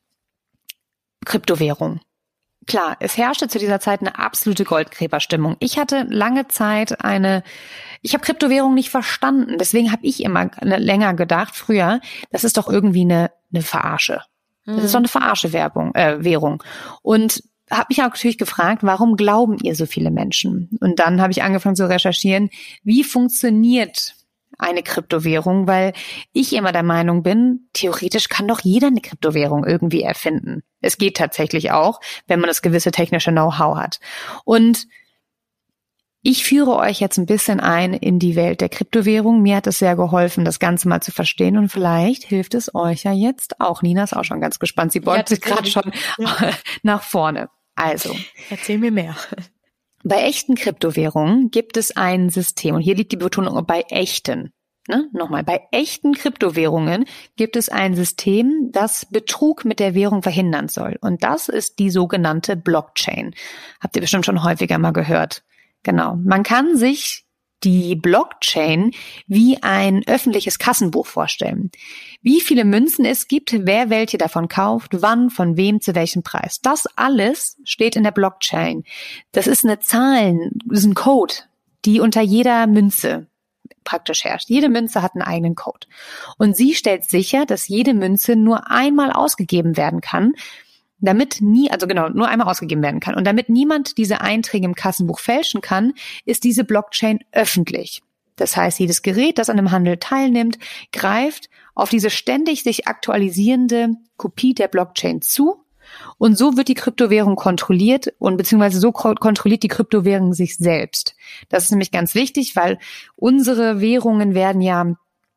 Kryptowährung. Klar, es herrschte zu dieser Zeit eine absolute Goldgräberstimmung. Ich hatte lange Zeit ich habe Kryptowährung nicht verstanden. Deswegen habe ich immer länger gedacht, früher, das ist doch irgendwie eine Verarsche. Das ist doch eine Währung. Und habe mich auch natürlich gefragt, warum glauben ihr so viele Menschen? Und dann habe ich angefangen zu recherchieren, wie funktioniert eine Kryptowährung, weil ich immer der Meinung bin, theoretisch kann doch jeder eine Kryptowährung irgendwie erfinden. Es geht tatsächlich auch, wenn man das gewisse technische Know-how hat. Und ich führe euch jetzt ein bisschen ein in die Welt der Kryptowährung. Mir hat es sehr geholfen, das Ganze mal zu verstehen und vielleicht hilft es euch ja jetzt auch. Nina ist auch schon ganz gespannt. Sie beugt sich gerade schon nach vorne. Also. Erzähl mir mehr. Bei echten Kryptowährungen gibt es ein System und hier liegt die Betonung bei echten. Nochmal, bei echten Kryptowährungen gibt es ein System, das Betrug mit der Währung verhindern soll. Und das ist die sogenannte Blockchain. Habt ihr bestimmt schon häufiger mal gehört. Genau. Man kann sich die Blockchain wie ein öffentliches Kassenbuch vorstellen. Wie viele Münzen es gibt, wer welche davon kauft, wann, von wem, zu welchem Preis. Das alles steht in der Blockchain. Das ist das ist ein Code, die unter jeder Münze praktisch herrscht. Jede Münze hat einen eigenen Code. Und sie stellt sicher, dass jede Münze nur einmal ausgegeben werden kann, nur einmal ausgegeben werden kann. Und damit niemand diese Einträge im Kassenbuch fälschen kann, ist diese Blockchain öffentlich. Das heißt, jedes Gerät, das an dem Handel teilnimmt, greift auf diese ständig sich aktualisierende Kopie der Blockchain zu. Und so wird die Kryptowährung kontrolliert beziehungsweise so kontrolliert die Kryptowährung sich selbst. Das ist nämlich ganz wichtig, weil unsere Währungen werden ja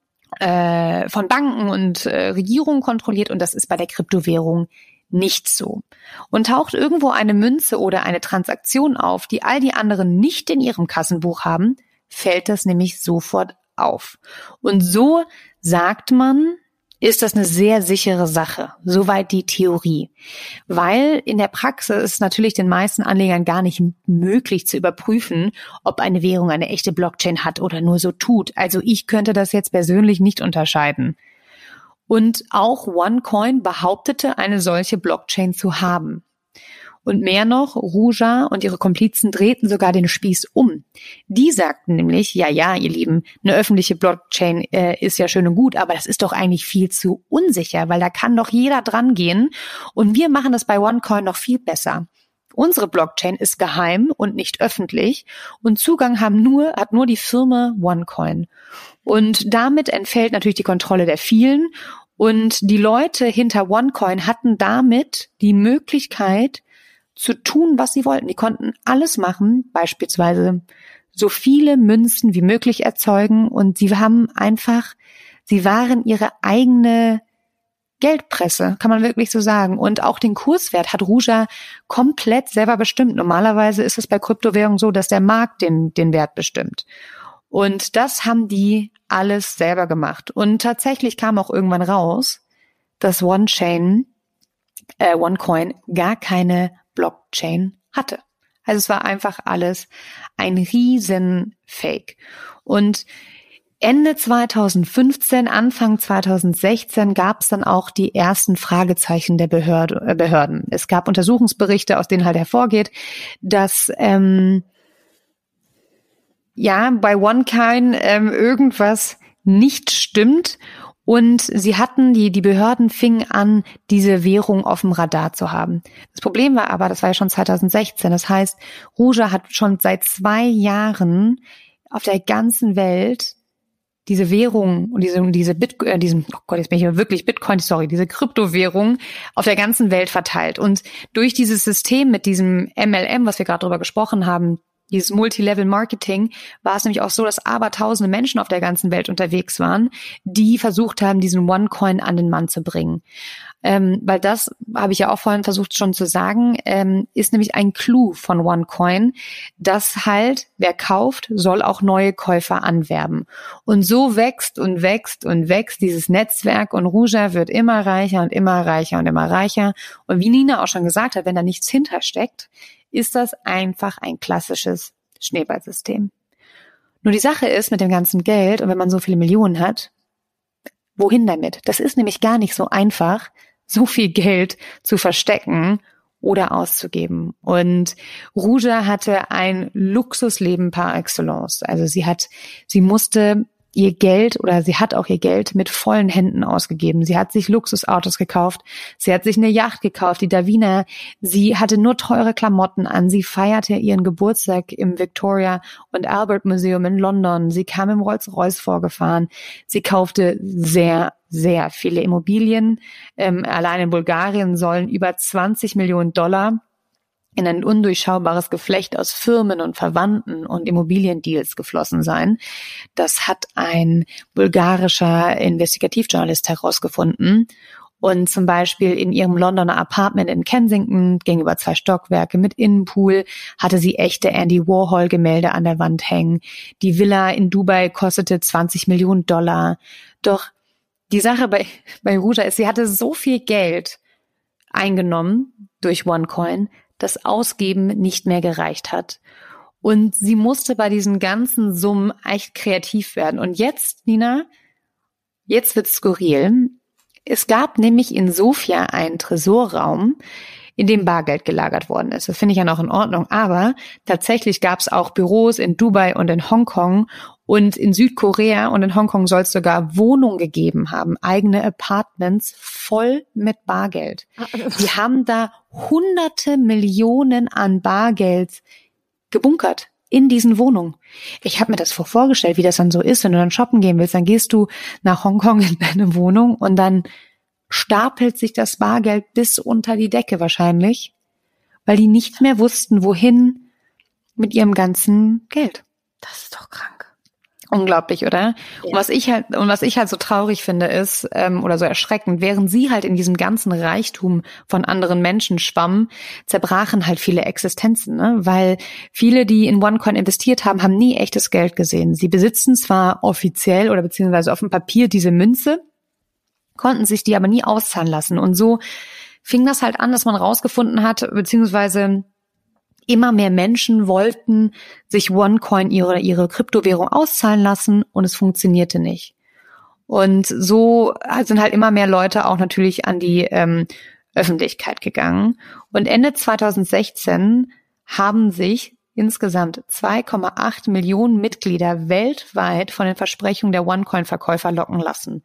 von Banken und Regierungen kontrolliert und das ist bei der Kryptowährung nicht so. Und taucht irgendwo eine Münze oder eine Transaktion auf, die all die anderen nicht in ihrem Kassenbuch haben, fällt das nämlich sofort auf. Und so sagt man, ist das eine sehr sichere Sache. Soweit die Theorie. Weil in der Praxis ist natürlich den meisten Anlegern gar nicht möglich zu überprüfen, ob eine Währung eine echte Blockchain hat oder nur so tut. Also ich könnte das jetzt persönlich nicht unterscheiden. Und auch OneCoin behauptete, eine solche Blockchain zu haben. Und mehr noch, Ruja und ihre Komplizen drehten sogar den Spieß um. Die sagten nämlich, ja, ihr Lieben, eine öffentliche Blockchain ist ja schön und gut, aber das ist doch eigentlich viel zu unsicher, weil da kann doch jeder dran gehen. Und wir machen das bei OneCoin noch viel besser. Unsere Blockchain ist geheim und nicht öffentlich und Zugang hat nur die Firma OneCoin. Und damit entfällt natürlich die Kontrolle der vielen. Und die Leute hinter OneCoin hatten damit die Möglichkeit zu tun, was sie wollten. Die konnten alles machen, beispielsweise so viele Münzen wie möglich erzeugen und sie waren ihre eigene Geldpresse, kann man wirklich so sagen. Und auch den Kurswert hat Ruja komplett selber bestimmt. Normalerweise ist es bei Kryptowährungen so, dass der Markt den Wert bestimmt. Und das haben die alles selber gemacht. Und tatsächlich kam auch irgendwann raus, dass OneCoin gar keine Blockchain hatte. Also es war einfach alles ein riesen Fake. Und Ende 2015, Anfang 2016 gab es dann auch die ersten Fragezeichen der Behörden. Es gab Untersuchungsberichte, aus denen halt hervorgeht, dass bei OneCoin irgendwas nicht stimmt. Und sie hatten, die Behörden fingen an, diese Währung auf dem Radar zu haben. Das Problem war aber, das war ja schon 2016, das heißt, Ruja hat schon seit 2 Jahren auf der ganzen Welt diese Währung und diese Kryptowährung auf der ganzen Welt verteilt. Und durch dieses System mit diesem MLM, was wir gerade drüber gesprochen haben, dieses Multilevel-Marketing, war es nämlich auch so, dass abertausende Menschen auf der ganzen Welt unterwegs waren, die versucht haben, diesen OneCoin an den Mann zu bringen. Weil das, habe ich ja auch vorhin versucht schon zu sagen, ist nämlich ein Clou von OneCoin, dass halt, wer kauft, soll auch neue Käufer anwerben. Und so wächst und wächst und wächst dieses Netzwerk und Ruja wird immer reicher und immer reicher und immer reicher. Und wie Nina auch schon gesagt hat, wenn da nichts hintersteckt, ist das einfach ein klassisches Schneeballsystem. Nur die Sache ist mit dem ganzen Geld, und wenn man so viele Millionen hat, wohin damit? Das ist nämlich gar nicht so einfach, so viel Geld zu verstecken oder auszugeben. Und Ruja hatte ein Luxusleben par excellence. Also sie hat auch ihr Geld mit vollen Händen ausgegeben. Sie hat sich Luxusautos gekauft. Sie hat sich eine Yacht gekauft, die Davina. Sie hatte nur teure Klamotten an. Sie feierte ihren Geburtstag im Victoria und Albert Museum in London. Sie kam im Rolls-Royce vorgefahren. Sie kaufte sehr, sehr viele Immobilien. Allein in Bulgarien sollen über $20 Millionen in ein undurchschaubares Geflecht aus Firmen und Verwandten und Immobiliendeals geflossen sein. Das hat ein bulgarischer Investigativjournalist herausgefunden. Und zum Beispiel in ihrem Londoner Apartment in Kensington, gegenüber 2 Stockwerke mit Innenpool, hatte sie echte Andy Warhol-Gemälde an der Wand hängen. Die Villa in Dubai kostete $20 Millionen. Doch die Sache bei Ruja ist, sie hatte so viel Geld eingenommen durch OneCoin, das Ausgeben nicht mehr gereicht hat. Und sie musste bei diesen ganzen Summen echt kreativ werden. Und jetzt, Nina, jetzt wird's skurril. Es gab nämlich in Sofia einen Tresorraum, in dem Bargeld gelagert worden ist. Das finde ich ja noch in Ordnung. Aber tatsächlich gab es auch Büros in Dubai und in Hongkong und in Südkorea und in Hongkong soll es sogar Wohnungen gegeben haben, eigene Apartments voll mit Bargeld. Die haben da hunderte Millionen an Bargeld gebunkert in diesen Wohnungen. Ich habe mir das vorgestellt, wie das dann so ist, wenn du dann shoppen gehen willst, dann gehst du nach Hongkong in deine Wohnung und dann stapelt sich das Bargeld bis unter die Decke wahrscheinlich, weil die nicht mehr wussten, wohin mit ihrem ganzen Geld. Das ist doch krank. Unglaublich, oder? Ja. Und was ich halt so traurig finde ist, oder so erschreckend, während sie halt in diesem ganzen Reichtum von anderen Menschen schwammen, zerbrachen halt viele Existenzen, ne? Weil viele, die in OneCoin investiert haben, haben nie echtes Geld gesehen. Sie besitzen zwar offiziell oder beziehungsweise auf dem Papier diese Münze, konnten sich die aber nie auszahlen lassen. Und so fing das halt an, dass man rausgefunden hat, beziehungsweise immer mehr Menschen wollten sich OneCoin ihre Kryptowährung auszahlen lassen und es funktionierte nicht. Und so sind halt immer mehr Leute auch natürlich an die Öffentlichkeit gegangen. Und Ende 2016 haben sich insgesamt 2,8 Millionen Mitglieder weltweit von den Versprechungen der OneCoin-Verkäufer locken lassen.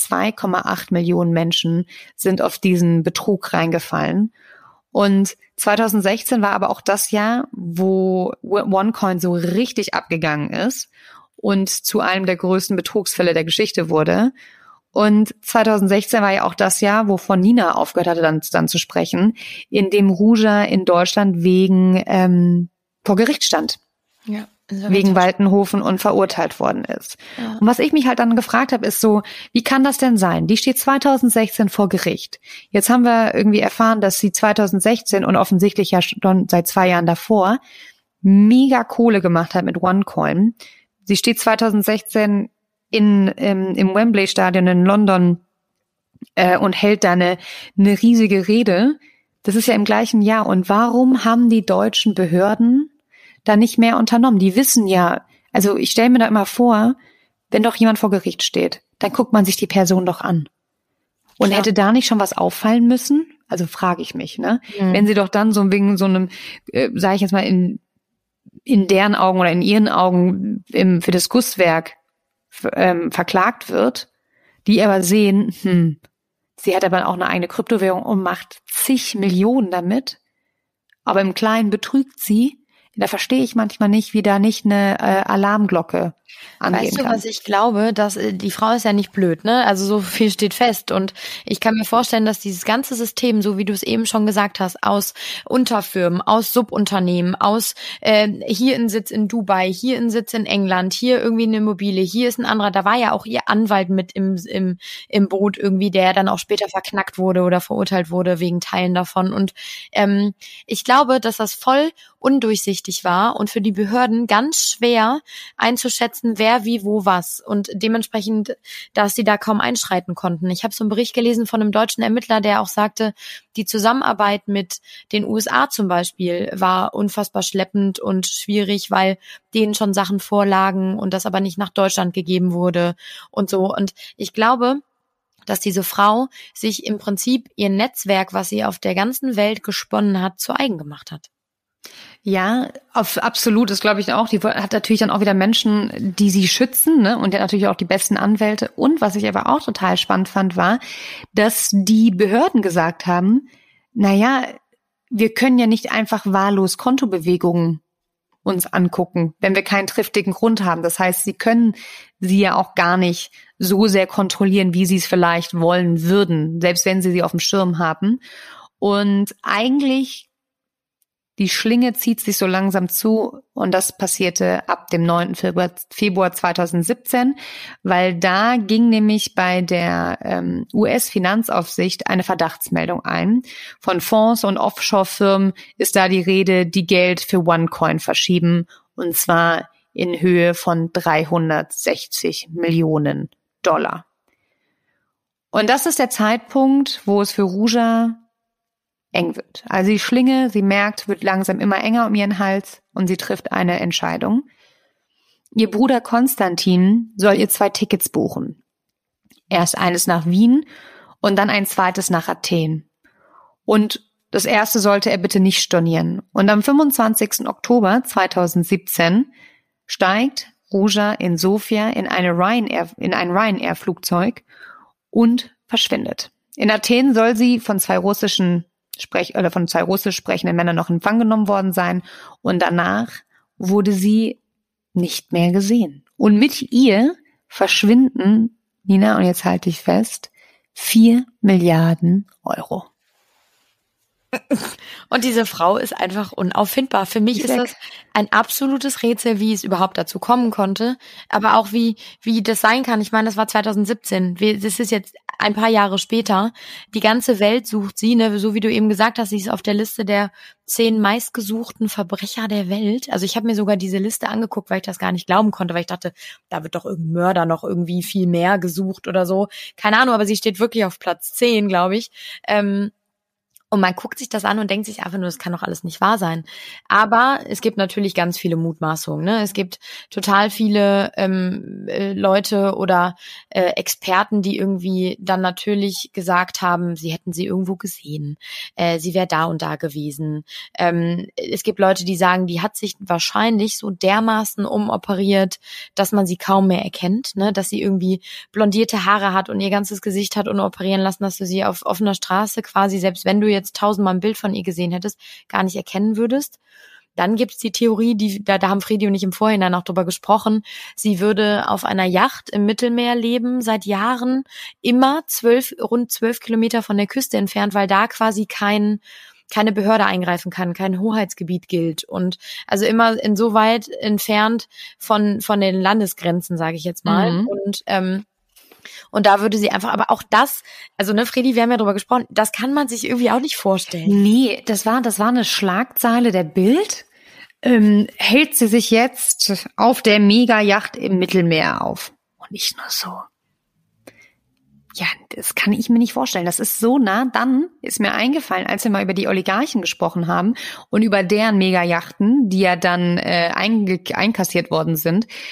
2,8 Millionen Menschen sind auf diesen Betrug reingefallen. Und 2016 war aber auch das Jahr, wo OneCoin so richtig abgegangen ist und zu einem der größten Betrugsfälle der Geschichte wurde. Und 2016 war ja auch das Jahr, wovon Nina aufgehört hatte, dann zu sprechen, in dem Ruja in Deutschland wegen vor Gericht stand. Ja. Wegen Waltenhofen und verurteilt worden ist. Ja. Und was ich mich halt dann gefragt habe, ist so, wie kann das denn sein? Die steht 2016 vor Gericht. Jetzt haben wir irgendwie erfahren, dass sie 2016 und offensichtlich ja schon seit 2 Jahren davor mega Kohle gemacht hat mit OneCoin. Sie steht 2016 im Wembley-Stadion in London und hält da eine riesige Rede. Das ist ja im gleichen Jahr. Und warum haben die deutschen Behörden da nicht mehr unternommen? Die wissen ja, also ich stelle mir da immer vor, wenn doch jemand vor Gericht steht, dann guckt man sich die Person doch an. Und Klar. hätte da nicht schon was auffallen müssen? Also frage ich mich, ne? Wenn sie doch dann so wegen so einem, sage ich jetzt mal, in deren Augen oder in ihren Augen für das Gusswerk verklagt wird, die aber sehen, sie hat aber auch eine eigene Kryptowährung und macht zig Millionen damit, aber im Kleinen betrügt sie, da verstehe ich manchmal nicht, wie da nicht eine Alarmglocke angehen Weißt du, kann. was ich glaube, dass die Frau ist ja nicht blöd, ne? Also so viel steht fest und ich kann mir vorstellen, dass dieses ganze System, so wie du es eben schon gesagt hast, aus Unterfirmen, aus Subunternehmen, aus hier ein Sitz in Dubai, hier ein Sitz in England, hier irgendwie eine Immobilie, hier ist ein anderer, da war ja auch ihr Anwalt mit im Boot irgendwie, der dann auch später verknackt wurde oder verurteilt wurde wegen Teilen davon und ich glaube, dass das voll undurchsichtig war und für die Behörden ganz schwer einzuschätzen, wer wie wo was und dementsprechend, dass sie da kaum einschreiten konnten. Ich habe so einen Bericht gelesen von einem deutschen Ermittler, der auch sagte, die Zusammenarbeit mit den USA zum Beispiel war unfassbar schleppend und schwierig, weil denen schon Sachen vorlagen und das aber nicht nach Deutschland gegeben wurde und so. Und ich glaube, dass diese Frau sich im Prinzip ihr Netzwerk, was sie auf der ganzen Welt gesponnen hat, zu eigen gemacht hat. Ja, absolut, das glaube ich auch. Die hat natürlich dann auch wieder Menschen, die sie schützen, ne? Und die hat natürlich auch die besten Anwälte. Und was ich aber auch total spannend fand, war, dass die Behörden gesagt haben, naja, wir können ja nicht einfach wahllos Kontobewegungen uns angucken, wenn wir keinen triftigen Grund haben. Das heißt, sie können sie ja auch gar nicht so sehr kontrollieren, wie sie es vielleicht wollen würden, selbst wenn sie auf dem Schirm haben. Und eigentlich die Schlinge zieht sich so langsam zu und das passierte ab dem 9. Februar 2017, weil da ging nämlich bei der US-Finanzaufsicht eine Verdachtsmeldung ein. Von Fonds und Offshore-Firmen ist da die Rede, die Geld für OneCoin verschieben und zwar in Höhe von 360 Millionen $. Und das ist der Zeitpunkt, wo es für Ruja eng wird. Also die Schlinge, sie merkt, wird langsam immer enger um ihren Hals und sie trifft eine Entscheidung. Ihr Bruder Konstantin soll ihr 2 Tickets buchen. Erst eines nach Wien und dann ein zweites nach Athen. Und das erste sollte er bitte nicht stornieren. Und am 25. Oktober 2017 steigt Ruja in Sofia in ein Ryanair-Flugzeug und verschwindet. In Athen soll sie von zwei russisch sprechenden Männern noch in Empfang genommen worden sein und danach wurde sie nicht mehr gesehen. Und mit ihr verschwinden, Nina, und jetzt halte ich fest, 4 Milliarden €. Und diese Frau ist einfach unauffindbar. Für mich ist das ein absolutes Rätsel, wie es überhaupt dazu kommen konnte, aber auch wie das sein kann. Ich meine, das war 2017. Das ist jetzt ein paar Jahre später. Die ganze Welt sucht sie, ne? So wie du eben gesagt hast, sie ist auf der Liste der 10 meistgesuchten Verbrecher der Welt. Also ich habe mir sogar diese Liste angeguckt, weil ich das gar nicht glauben konnte, weil ich dachte, da wird doch irgendein Mörder noch irgendwie viel mehr gesucht oder so. Keine Ahnung, aber sie steht wirklich auf Platz 10, glaube ich. Und man guckt sich das an und denkt sich einfach nur, das kann doch alles nicht wahr sein. Aber es gibt natürlich ganz viele Mutmaßungen, ne? Es gibt total viele Leute oder Experten, die irgendwie dann natürlich gesagt haben, sie hätten sie irgendwo gesehen, sie wäre da und da gewesen. Es gibt Leute, die sagen, die hat sich wahrscheinlich so dermaßen umoperiert, dass man sie kaum mehr erkennt, ne? Dass sie irgendwie blondierte Haare hat und ihr ganzes Gesicht hat umoperieren lassen, dass du sie auf offener Straße quasi, selbst wenn du jetzt 1000-mal ein Bild von ihr gesehen hättest, gar nicht erkennen würdest. Dann gibt's die Theorie, da haben Fredi und ich im Vorhinein auch drüber gesprochen, sie würde auf einer Yacht im Mittelmeer leben, seit Jahren, immer rund 12 Kilometer von der Küste entfernt, weil da quasi keine Behörde eingreifen kann, kein Hoheitsgebiet gilt und also immer insoweit entfernt von den Landesgrenzen, sage ich jetzt mal. Und da würde sie einfach, aber auch das, also ne, Fredi, wir haben ja drüber gesprochen, das kann man sich irgendwie auch nicht vorstellen. Nee, das war eine Schlagzeile der Bild. Hält sie sich jetzt auf der Mega-Yacht im Mittelmeer auf. Und nicht nur so. Ja, das kann ich mir nicht vorstellen. Das ist so nah. Dann ist mir eingefallen, als wir mal über die Oligarchen gesprochen haben und über deren Mega-Yachten, die ja dann einkassiert worden sind.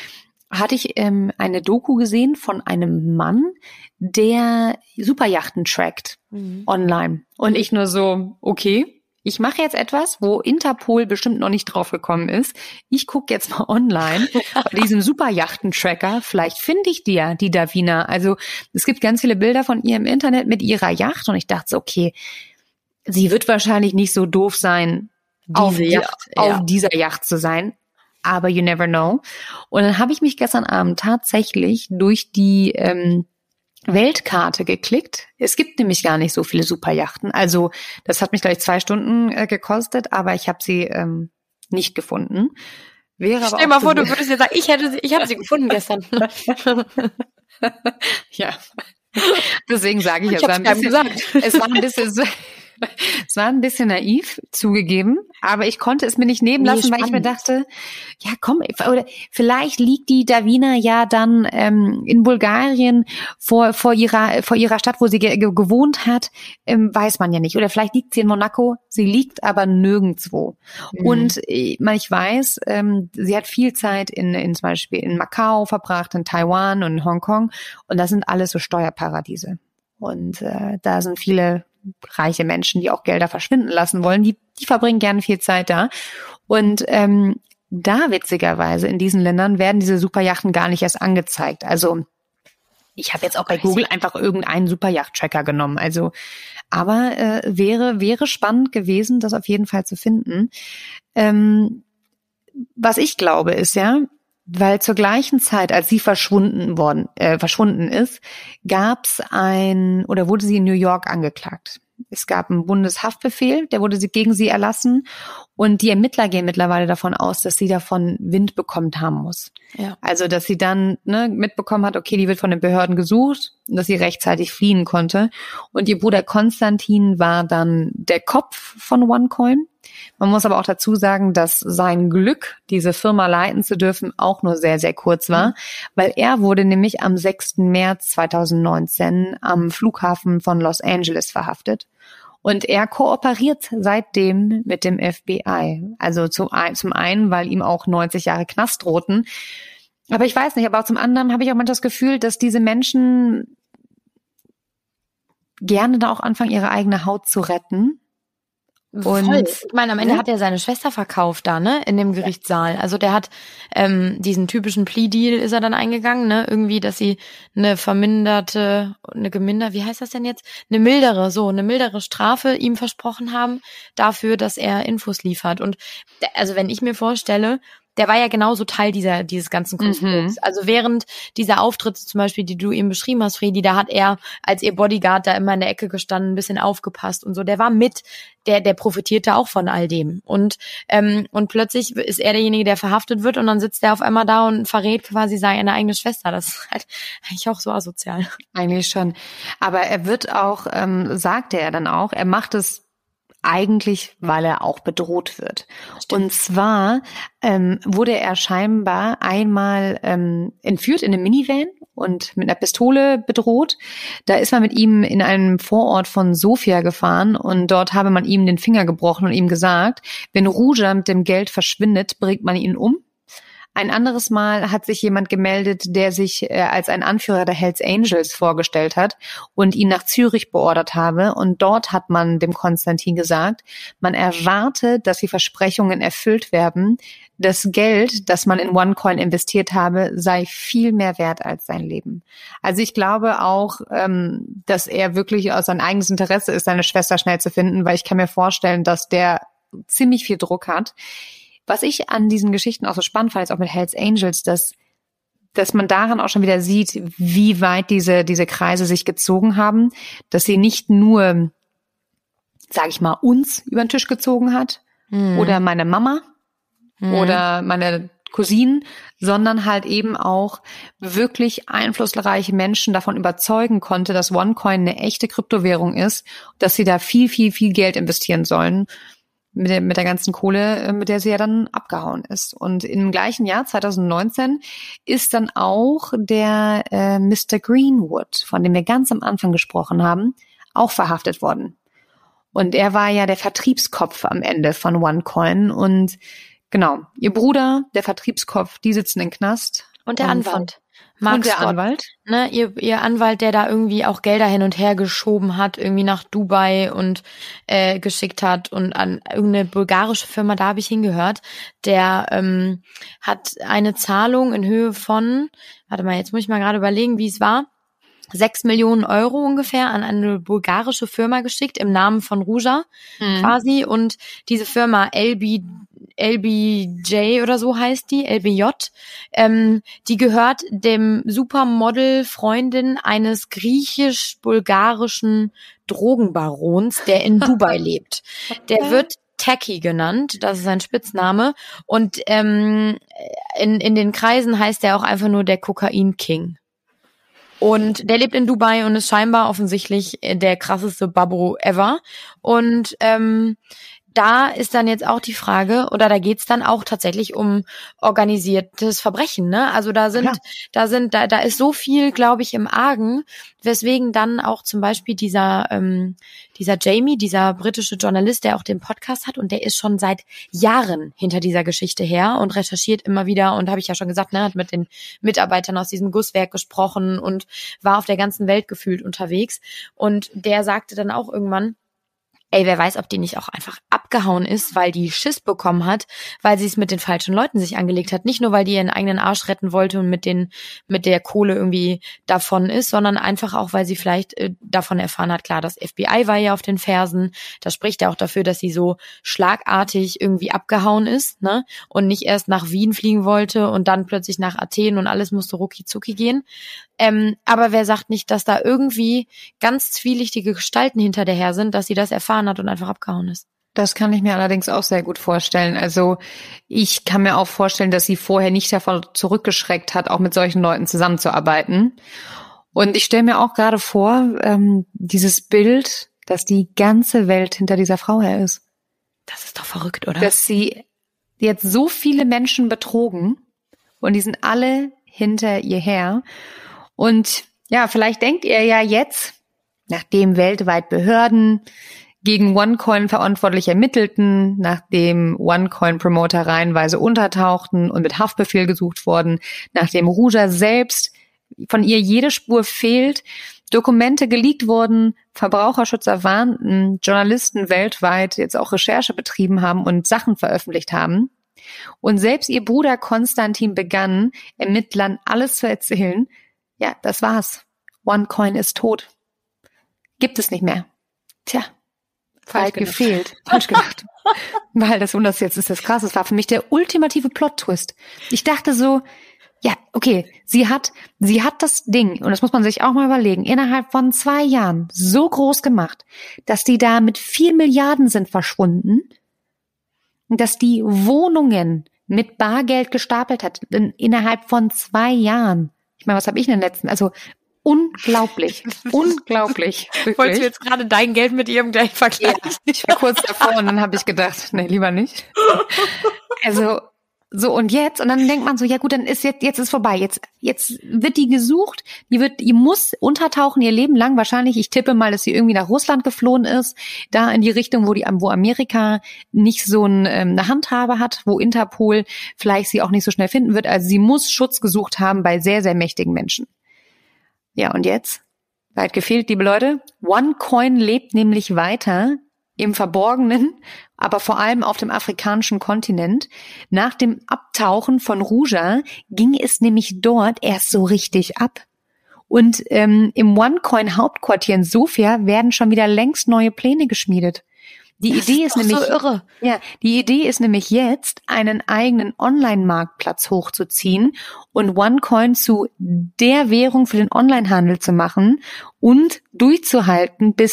hatte ich eine Doku gesehen von einem Mann, der Superjachten trackt online. Und ich nur so, okay, ich mache jetzt etwas, wo Interpol bestimmt noch nicht drauf gekommen ist. Ich gucke jetzt mal online bei diesem Superjachten-Tracker. Vielleicht finde ich die Davina. Also es gibt ganz viele Bilder von ihr im Internet mit ihrer Yacht. Und ich dachte so, okay, sie wird wahrscheinlich nicht so doof sein, auf dieser Yacht zu sein. Aber you never know. Und dann habe ich mich gestern Abend tatsächlich durch die Weltkarte geklickt. Es gibt nämlich gar nicht so viele Superjachten. Also das hat mich gleich 2 Stunden gekostet, aber ich habe sie nicht gefunden. Stell dir mal vor, du würdest jetzt sagen, ich habe sie gefunden gestern. Ja. Deswegen sage ich, es war ein bisschen naiv, zugegeben, aber ich konnte es mir nicht nehmen lassen, weil ich mir dachte, ja komm, oder vielleicht liegt die Davina ja dann in Bulgarien vor ihrer Stadt, wo sie gewohnt hat, weiß man ja nicht. Oder vielleicht liegt sie in Monaco, sie liegt aber nirgendwo. Und ich weiß, sie hat viel Zeit in zum Beispiel in Macau verbracht, in Taiwan und in Hongkong, und das sind alles so Steuerparadiese. Und da sind viele reiche Menschen, die auch Gelder verschwinden lassen wollen, die verbringen gerne viel Zeit da. Und da witzigerweise in diesen Ländern werden diese Superjachten gar nicht erst angezeigt. Also ich habe jetzt auch bei Google einfach irgendeinen Superjacht-Tracker genommen. Also, aber wäre spannend gewesen, das auf jeden Fall zu finden. Was ich glaube ist ja, weil zur gleichen Zeit, als sie verschwunden ist, wurde sie in New York angeklagt. Es gab einen Bundeshaftbefehl, der wurde gegen sie erlassen, und die Ermittler gehen mittlerweile davon aus, dass sie davon Wind bekommen haben muss. Ja. Also, dass sie dann mitbekommen hat, okay, die wird von den Behörden gesucht, und dass sie rechtzeitig fliehen konnte. Und ihr Bruder Konstantin war dann der Kopf von OneCoin. Man muss aber auch dazu sagen, dass sein Glück, diese Firma leiten zu dürfen, auch nur sehr, sehr kurz war, weil er wurde nämlich am 6. März 2019 am Flughafen von Los Angeles verhaftet. Und er kooperiert seitdem mit dem FBI. Also zum einen, weil ihm auch 90 Jahre Knast drohten. Aber ich weiß nicht, aber auch zum anderen habe ich auch manchmal das Gefühl, dass diese Menschen gerne da auch anfangen, ihre eigene Haut zu retten. Und ich meine, am Ende hat er seine Schwester verkauft da, in dem Gerichtssaal. Also der hat diesen typischen Plea-Deal ist er dann eingegangen, irgendwie, dass sie eine mildere Strafe ihm versprochen haben dafür, dass er Infos liefert. Und also wenn ich mir vorstelle, der war ja genauso Teil dieses ganzen Konstrukts. Also während dieser Auftritte zum Beispiel, die du eben beschrieben hast, Fredi, da hat er als ihr Bodyguard da immer in der Ecke gestanden, ein bisschen aufgepasst und so. Der war der profitierte auch von all dem. Und plötzlich ist er derjenige, der verhaftet wird, und dann sitzt er auf einmal da und verrät quasi seine eigene Schwester. Das ist halt eigentlich auch so asozial. Eigentlich schon. Aber er wird auch, sagte er dann auch, er macht es eigentlich, weil er auch bedroht wird. Stimmt. Und zwar wurde er scheinbar einmal entführt in einem Minivan und mit einer Pistole bedroht. Da ist man mit ihm in einem Vorort von Sofia gefahren, und dort habe man ihm den Finger gebrochen und ihm gesagt, wenn Ruja mit dem Geld verschwindet, bringt man ihn um. Ein anderes Mal hat sich jemand gemeldet, der sich als ein Anführer der Hells Angels vorgestellt hat und ihn nach Zürich beordert habe. Und dort hat man dem Konstantin gesagt, man erwarte, dass die Versprechungen erfüllt werden. Das Geld, das man in OneCoin investiert habe, sei viel mehr wert als sein Leben. Also ich glaube auch, dass er wirklich aus sein eigenes Interesse ist, seine Schwester schnell zu finden, weil ich kann mir vorstellen, dass der ziemlich viel Druck hat. Was ich an diesen Geschichten auch so spannend fand, ist auch mit Hells Angels, dass man daran auch schon wieder sieht, wie weit diese Kreise sich gezogen haben, dass sie nicht nur, sage ich mal, uns über den Tisch gezogen hat oder meine Mama oder meine Cousinen, sondern halt eben auch wirklich einflussreiche Menschen davon überzeugen konnte, dass OneCoin eine echte Kryptowährung ist, dass sie da viel, viel, viel Geld investieren sollen. Mit der ganzen Kohle, mit der sie ja dann abgehauen ist. Und im gleichen Jahr, 2019, ist dann auch der Mr. Greenwood, von dem wir ganz am Anfang gesprochen haben, auch verhaftet worden. Und er war ja der Vertriebskopf am Ende von OneCoin. Und genau, ihr Bruder, der Vertriebskopf, die sitzen im Knast. Und der Anwalt. Mark Und der Scott, Anwalt? Ne, ihr Anwalt, der da irgendwie auch Gelder hin und her geschoben hat, irgendwie nach Dubai und geschickt hat und an irgendeine bulgarische Firma, da habe ich hingehört, der hat eine Zahlung in Höhe von, warte mal, jetzt muss ich mal gerade überlegen, wie es war, 6 Millionen Euro ungefähr an eine bulgarische Firma geschickt, im Namen von Ruja quasi. Und diese Firma LBJ oder so heißt die, LBJ, die gehört dem Supermodel-Freundin eines griechisch-bulgarischen Drogenbarons, der in Dubai lebt. Der wird Tacky genannt, das ist sein Spitzname. Und in den Kreisen heißt er auch einfach nur der Kokain-King. Und der lebt in Dubai und ist scheinbar offensichtlich der krasseste Babbo ever. Und da ist dann jetzt auch die Frage, oder da geht's dann auch tatsächlich um organisiertes Verbrechen, ne? Also da ist so viel, glaube ich, im Argen, weswegen dann auch zum Beispiel dieser Jamie, dieser britische Journalist, der auch den Podcast hat, und der ist schon seit Jahren hinter dieser Geschichte her und recherchiert immer wieder, und habe ich ja schon gesagt, ne, hat mit den Mitarbeitern aus diesem Gusswerk gesprochen und war auf der ganzen Welt gefühlt unterwegs. Und der sagte dann auch irgendwann, ey, wer weiß, ob die nicht auch einfach abgehauen ist, weil die Schiss bekommen hat, weil sie es mit den falschen Leuten sich angelegt hat. Nicht nur, weil die ihren eigenen Arsch retten wollte und mit der Kohle irgendwie davon ist, sondern einfach auch, weil sie vielleicht davon erfahren hat, klar, das FBI war ja auf den Fersen. Das spricht ja auch dafür, dass sie so schlagartig irgendwie abgehauen ist, ne? Und nicht erst nach Wien fliegen wollte und dann plötzlich nach Athen und alles musste rucki zucki gehen. Aber wer sagt nicht, dass da irgendwie ganz zwielichtige Gestalten hinter der her sind, dass sie das erfahren hat und einfach abgehauen ist? Das kann ich mir allerdings auch sehr gut vorstellen. Also ich kann mir auch vorstellen, dass sie vorher nicht davon zurückgeschreckt hat, auch mit solchen Leuten zusammenzuarbeiten. Und ich stelle mir auch gerade vor, dieses Bild, dass die ganze Welt hinter dieser Frau her ist. Das ist doch verrückt, oder? Dass sie jetzt so viele Menschen betrogen und die sind alle hinter ihr her. Und ja, vielleicht denkt ihr ja jetzt, nachdem weltweit Behörden gegen OneCoin verantwortlich ermittelten, nachdem OneCoin-Promoter reihenweise untertauchten und mit Haftbefehl gesucht wurden, nachdem Ruja selbst von ihr jede Spur fehlt, Dokumente geleakt wurden, Verbraucherschützer warnten, Journalisten weltweit jetzt auch Recherche betrieben haben und Sachen veröffentlicht haben. Und selbst ihr Bruder Konstantin begann, Ermittlern alles zu erzählen. Ja, das war's. OneCoin ist tot. Gibt es nicht mehr. Tja, weit gefehlt. Falsch gedacht. Weil das jetzt ist das krass. Das war für mich der ultimative Plot-Twist. Ich dachte so, ja, okay, sie hat das Ding, und das muss man sich auch mal überlegen, innerhalb von 2 Jahren so groß gemacht, dass die da mit 4 Milliarden sind verschwunden, dass die Wohnungen mit Bargeld gestapelt hat, innerhalb von 2 Jahren. Ich meine, was habe ich in den letzten, also unglaublich, unglaublich. Wirklich. Wolltest du jetzt gerade dein Geld mit ihrem gleich vergleichen? Ja, ich war kurz davor und dann habe ich gedacht, nee, lieber nicht. Also so, und dann denkt man so, ja gut, dann ist jetzt ist vorbei. Jetzt wird die gesucht, die muss untertauchen ihr Leben lang. Wahrscheinlich, ich tippe mal, dass sie irgendwie nach Russland geflohen ist, da in die Richtung, wo Amerika nicht so eine Handhabe hat, wo Interpol vielleicht sie auch nicht so schnell finden wird. Also sie muss Schutz gesucht haben bei sehr, sehr mächtigen Menschen. Ja, und jetzt? Weit gefehlt, liebe Leute. OneCoin lebt nämlich weiter im Verborgenen, aber vor allem auf dem afrikanischen Kontinent. Nach dem Abtauchen von Ruja ging es nämlich dort erst so richtig ab. Und im OneCoin-Hauptquartier in Sofia werden schon wieder längst neue Pläne geschmiedet. Die Idee ist nämlich so irre. Ja, die Idee ist nämlich jetzt, einen eigenen Online-Marktplatz hochzuziehen und OneCoin zu der Währung für den Onlinehandel zu machen und durchzuhalten bis,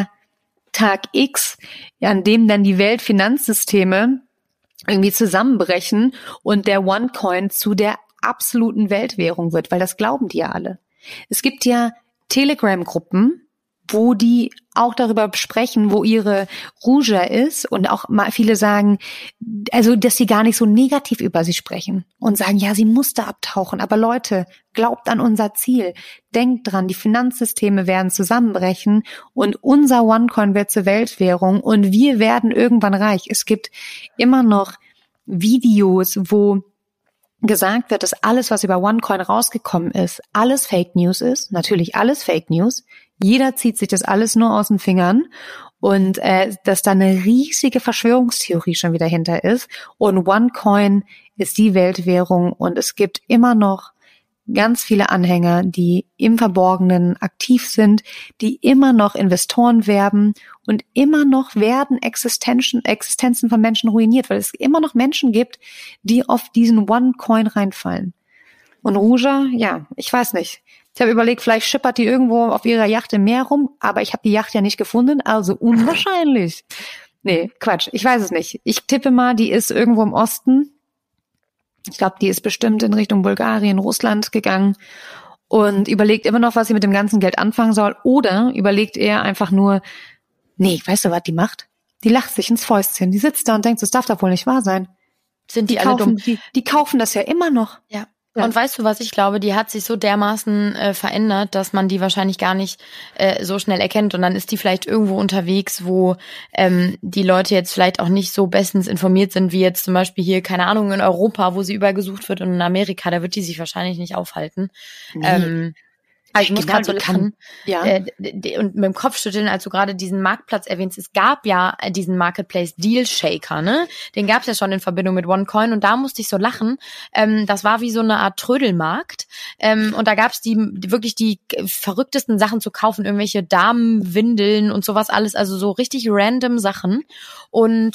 Tag X, an dem dann die Weltfinanzsysteme irgendwie zusammenbrechen und der OneCoin zu der absoluten Weltwährung wird, weil das glauben die ja alle. Es gibt ja Telegram-Gruppen, wo die auch darüber sprechen, wo ihre Ruja ist, und auch mal viele sagen, also dass sie gar nicht so negativ über sie sprechen und sagen, ja, sie musste abtauchen, aber Leute, glaubt an unser Ziel, denkt dran, die Finanzsysteme werden zusammenbrechen und unser OneCoin wird zur Weltwährung und wir werden irgendwann reich. Es gibt immer noch Videos, wo gesagt wird, dass alles, was über OneCoin rausgekommen ist, alles Fake News ist. Natürlich alles Fake News. Jeder zieht sich das alles nur aus den Fingern. Und dass da eine riesige Verschwörungstheorie schon wieder hinter ist. Und OneCoin ist die Weltwährung und es gibt immer noch ganz viele Anhänger, die im Verborgenen aktiv sind, die immer noch Investoren werben und immer noch werden Existenzen von Menschen ruiniert, weil es immer noch Menschen gibt, die auf diesen OneCoin reinfallen. Und Ruja, ja, ich weiß nicht. Ich habe überlegt, vielleicht schippert die irgendwo auf ihrer Yacht im Meer rum, aber ich habe die Yacht ja nicht gefunden, also unwahrscheinlich. Nee, Quatsch, ich weiß es nicht. Ich tippe mal, die ist irgendwo im Osten. Ich glaube, die ist bestimmt in Richtung Bulgarien, Russland gegangen und überlegt immer noch, was sie mit dem ganzen Geld anfangen soll. Oder überlegt er einfach nur, nee, weißt du, was die macht? Die lacht sich ins Fäustchen. Die sitzt da und denkt, das darf doch wohl nicht wahr sein. Sind die alle dumm? Die kaufen das ja immer noch. Ja. Und weißt du, was ich glaube? Die hat sich so dermaßen verändert, dass man die wahrscheinlich gar nicht so schnell erkennt. Und dann ist die vielleicht irgendwo unterwegs, wo die Leute jetzt vielleicht auch nicht so bestens informiert sind, wie jetzt zum Beispiel hier, keine Ahnung, in Europa, wo sie überall gesucht wird. Und in Amerika, da wird die sich wahrscheinlich nicht aufhalten. Nee. Also ich muss gerade so lachen ja. Und mit dem Kopfschütteln, als du gerade diesen Marktplatz erwähnst, es gab ja diesen Marketplace Deal Shaker, ne? Den gab's ja schon in Verbindung mit OneCoin und da musste ich so lachen. Das war wie so eine Art Trödelmarkt und da gab's wirklich die verrücktesten Sachen zu kaufen, irgendwelche Damenwindeln und sowas alles, also so richtig random Sachen. Und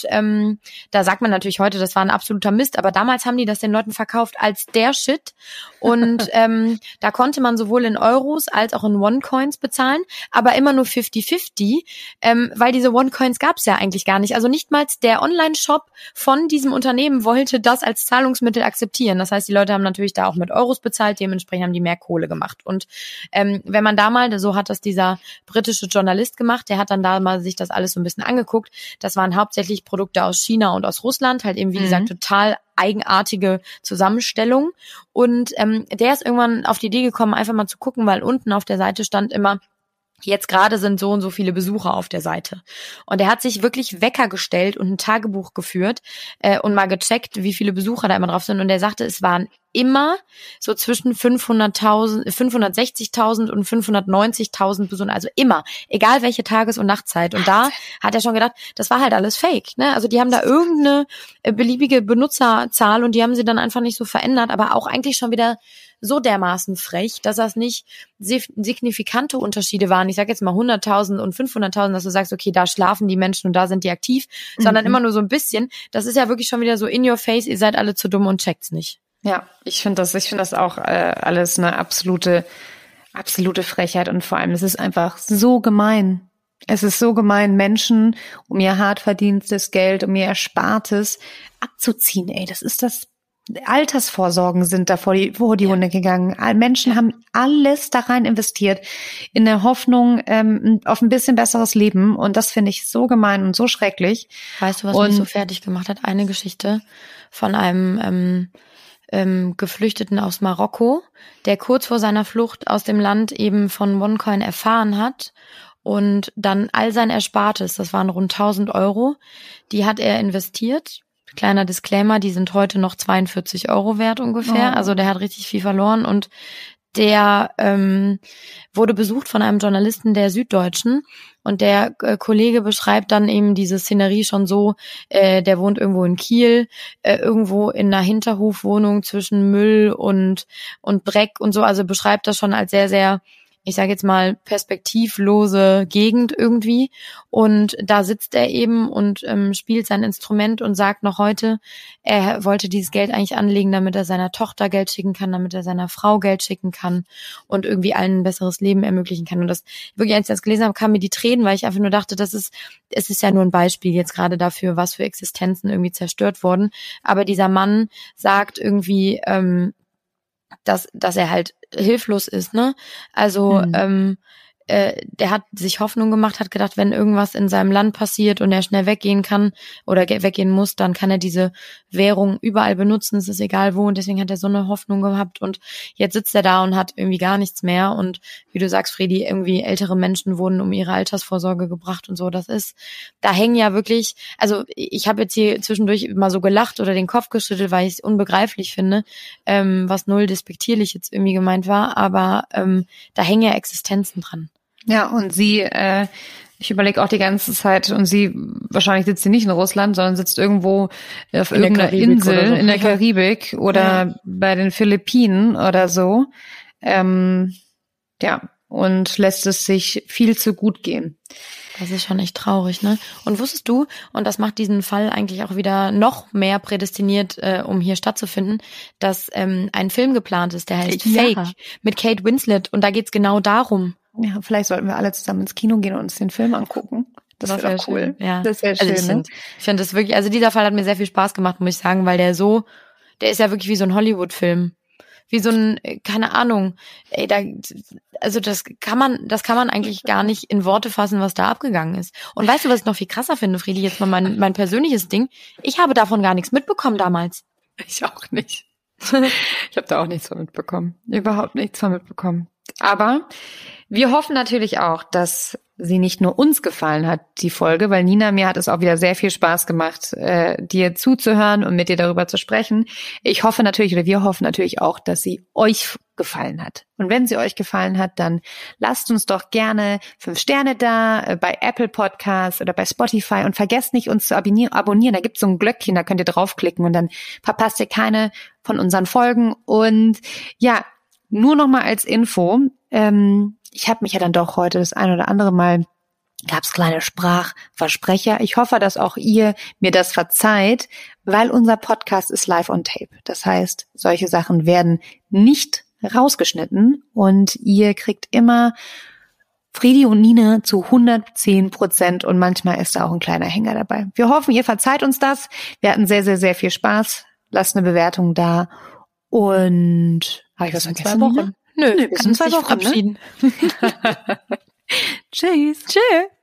da sagt man natürlich heute, das war ein absoluter Mist, aber damals haben die das den Leuten verkauft als der Shit und da konnte man sowohl in Euros als auch in OneCoins bezahlen, aber immer nur 50-50, weil diese OneCoins gab es ja eigentlich gar nicht. Also nicht mal der Online-Shop von diesem Unternehmen wollte das als Zahlungsmittel akzeptieren. Das heißt, die Leute haben natürlich da auch mit Euros bezahlt, dementsprechend haben die mehr Kohle gemacht. Und wenn man da mal, so hat das dieser britische Journalist gemacht, der hat dann da mal sich das alles so ein bisschen angeguckt. Das waren hauptsächlich Produkte aus China und aus Russland, halt eben wie gesagt total eigenartige Zusammenstellung. Und der ist irgendwann auf die Idee gekommen, einfach mal zu gucken, weil unten auf der Seite stand immer, jetzt gerade sind so und so viele Besucher auf der Seite. Und er hat sich wirklich Wecker gestellt und ein Tagebuch geführt und mal gecheckt, wie viele Besucher da immer drauf sind. Und er sagte, es waren immer so zwischen 560.000 und 590.000 Besucher. Also immer, egal welche Tages- und Nachtzeit. Und da hat er schon gedacht, das war halt alles Fake. Ne? Also die haben da irgendeine beliebige Benutzerzahl und die haben sie dann einfach nicht so verändert. Aber auch eigentlich schon wieder so dermaßen frech, dass das nicht signifikante Unterschiede waren. Ich sage jetzt mal 100.000 und 500.000, dass du sagst, okay, da schlafen die Menschen und da sind die aktiv, sondern immer nur so ein bisschen. Das ist ja wirklich schon wieder so in your face, ihr seid alle zu dumm und checkt's nicht. Ja, ich finde das auch alles eine absolute Frechheit und vor allem, es ist einfach so gemein. Es ist so gemein, Menschen um ihr hart verdientes Geld, um ihr Erspartes abzuziehen. Ey, das ist das. Altersvorsorgen sind da vor die Hunde gegangen. Menschen haben alles da rein investiert in der Hoffnung auf ein bisschen besseres Leben und das finde ich so gemein und so schrecklich. Weißt du, was mich so fertig gemacht hat? Eine Geschichte von einem Geflüchteten aus Marokko, der kurz vor seiner Flucht aus dem Land eben von OneCoin erfahren hat und dann all sein Erspartes, das waren rund 1.000 €, die hat er investiert. Kleiner Disclaimer, die sind heute noch 42 € wert ungefähr. Oh. Also der hat richtig viel verloren und der wurde besucht von einem Journalisten der Süddeutschen und der Kollege beschreibt dann eben diese Szenerie schon so, der wohnt irgendwo in Kiel, irgendwo in einer Hinterhofwohnung zwischen Müll und Dreck und so, also beschreibt das schon als sehr, sehr, ich sage jetzt mal, perspektivlose Gegend irgendwie. Und da sitzt er eben und spielt sein Instrument und sagt noch heute, er wollte dieses Geld eigentlich anlegen, damit er seiner Tochter Geld schicken kann, damit er seiner Frau Geld schicken kann und irgendwie allen ein besseres Leben ermöglichen kann. Und das wirklich, als ich das gelesen habe, kamen mir die Tränen, weil ich einfach nur dachte, es ist ja nur ein Beispiel jetzt gerade dafür, was für Existenzen irgendwie zerstört wurden. Aber dieser Mann sagt irgendwie, dass er halt hilflos ist, ne? Also der hat sich Hoffnung gemacht, hat gedacht, wenn irgendwas in seinem Land passiert und er schnell weggehen kann oder weggehen muss, dann kann er diese Währung überall benutzen, es ist egal wo, und deswegen hat er so eine Hoffnung gehabt und jetzt sitzt er da und hat irgendwie gar nichts mehr und wie du sagst, Fredi, irgendwie ältere Menschen wurden um ihre Altersvorsorge gebracht und so, da hängen ja wirklich, also ich habe jetzt hier zwischendurch mal so gelacht oder den Kopf geschüttelt, weil ich es unbegreiflich finde, was null despektierlich jetzt irgendwie gemeint war, aber da hängen ja Existenzen dran. Ja, und sie, ich überlege auch die ganze Zeit, und wahrscheinlich sitzt sie nicht in Russland, sondern sitzt irgendwo auf irgendeiner Insel so. In der Karibik oder bei den Philippinen oder so. Ja, und lässt es sich viel zu gut gehen. Das ist schon echt traurig, ne? Und wusstest du, und das macht diesen Fall eigentlich auch wieder noch mehr prädestiniert, um hier stattzufinden, dass ein Film geplant ist, der heißt Fake, mit Kate Winslet, und da geht's genau darum. Ja, vielleicht sollten wir alle zusammen ins Kino gehen und uns den Film angucken. Das wäre doch cool. Ja. Das wäre schön, also ich finde das wirklich, also dieser Fall hat mir sehr viel Spaß gemacht, muss ich sagen, weil der ist ja wirklich wie so ein Hollywood-Film. Wie so ein, keine Ahnung, das kann man eigentlich gar nicht in Worte fassen, was da abgegangen ist. Und weißt du, was ich noch viel krasser finde, Friedi, jetzt mal mein persönliches Ding? Ich habe davon gar nichts mitbekommen damals. Ich auch nicht. Ich habe da auch nichts von mitbekommen. Überhaupt nichts von mitbekommen. Aber wir hoffen natürlich auch, dass sie nicht nur uns gefallen hat, die Folge, weil Nina, mir hat es auch wieder sehr viel Spaß gemacht, dir zuzuhören und mit dir darüber zu sprechen. Wir hoffen natürlich auch, dass sie euch gefallen hat. Und wenn sie euch gefallen hat, dann lasst uns doch gerne 5 Sterne da, bei Apple Podcasts oder bei Spotify, und vergesst nicht, uns zu abonnieren. Da gibt's so ein Glöckchen, da könnt ihr draufklicken und dann verpasst ihr keine von unseren Folgen. Und ja, nur noch mal als Info, ich habe mich ja dann doch heute das ein oder andere Mal, gab's kleine Sprachversprecher. Ich hoffe, dass auch ihr mir das verzeiht, weil unser Podcast ist live on tape. Das heißt, solche Sachen werden nicht rausgeschnitten und ihr kriegt immer Friedi und Nina zu 110% und manchmal ist da auch ein kleiner Hänger dabei. Wir hoffen, ihr verzeiht uns das. Wir hatten sehr, sehr, sehr viel Spaß. Lasst eine Bewertung da und habe ich was vergessen? 2 Wochen. Nö, bis in 2 Wochen. Ne? Tschüss. Tschüss.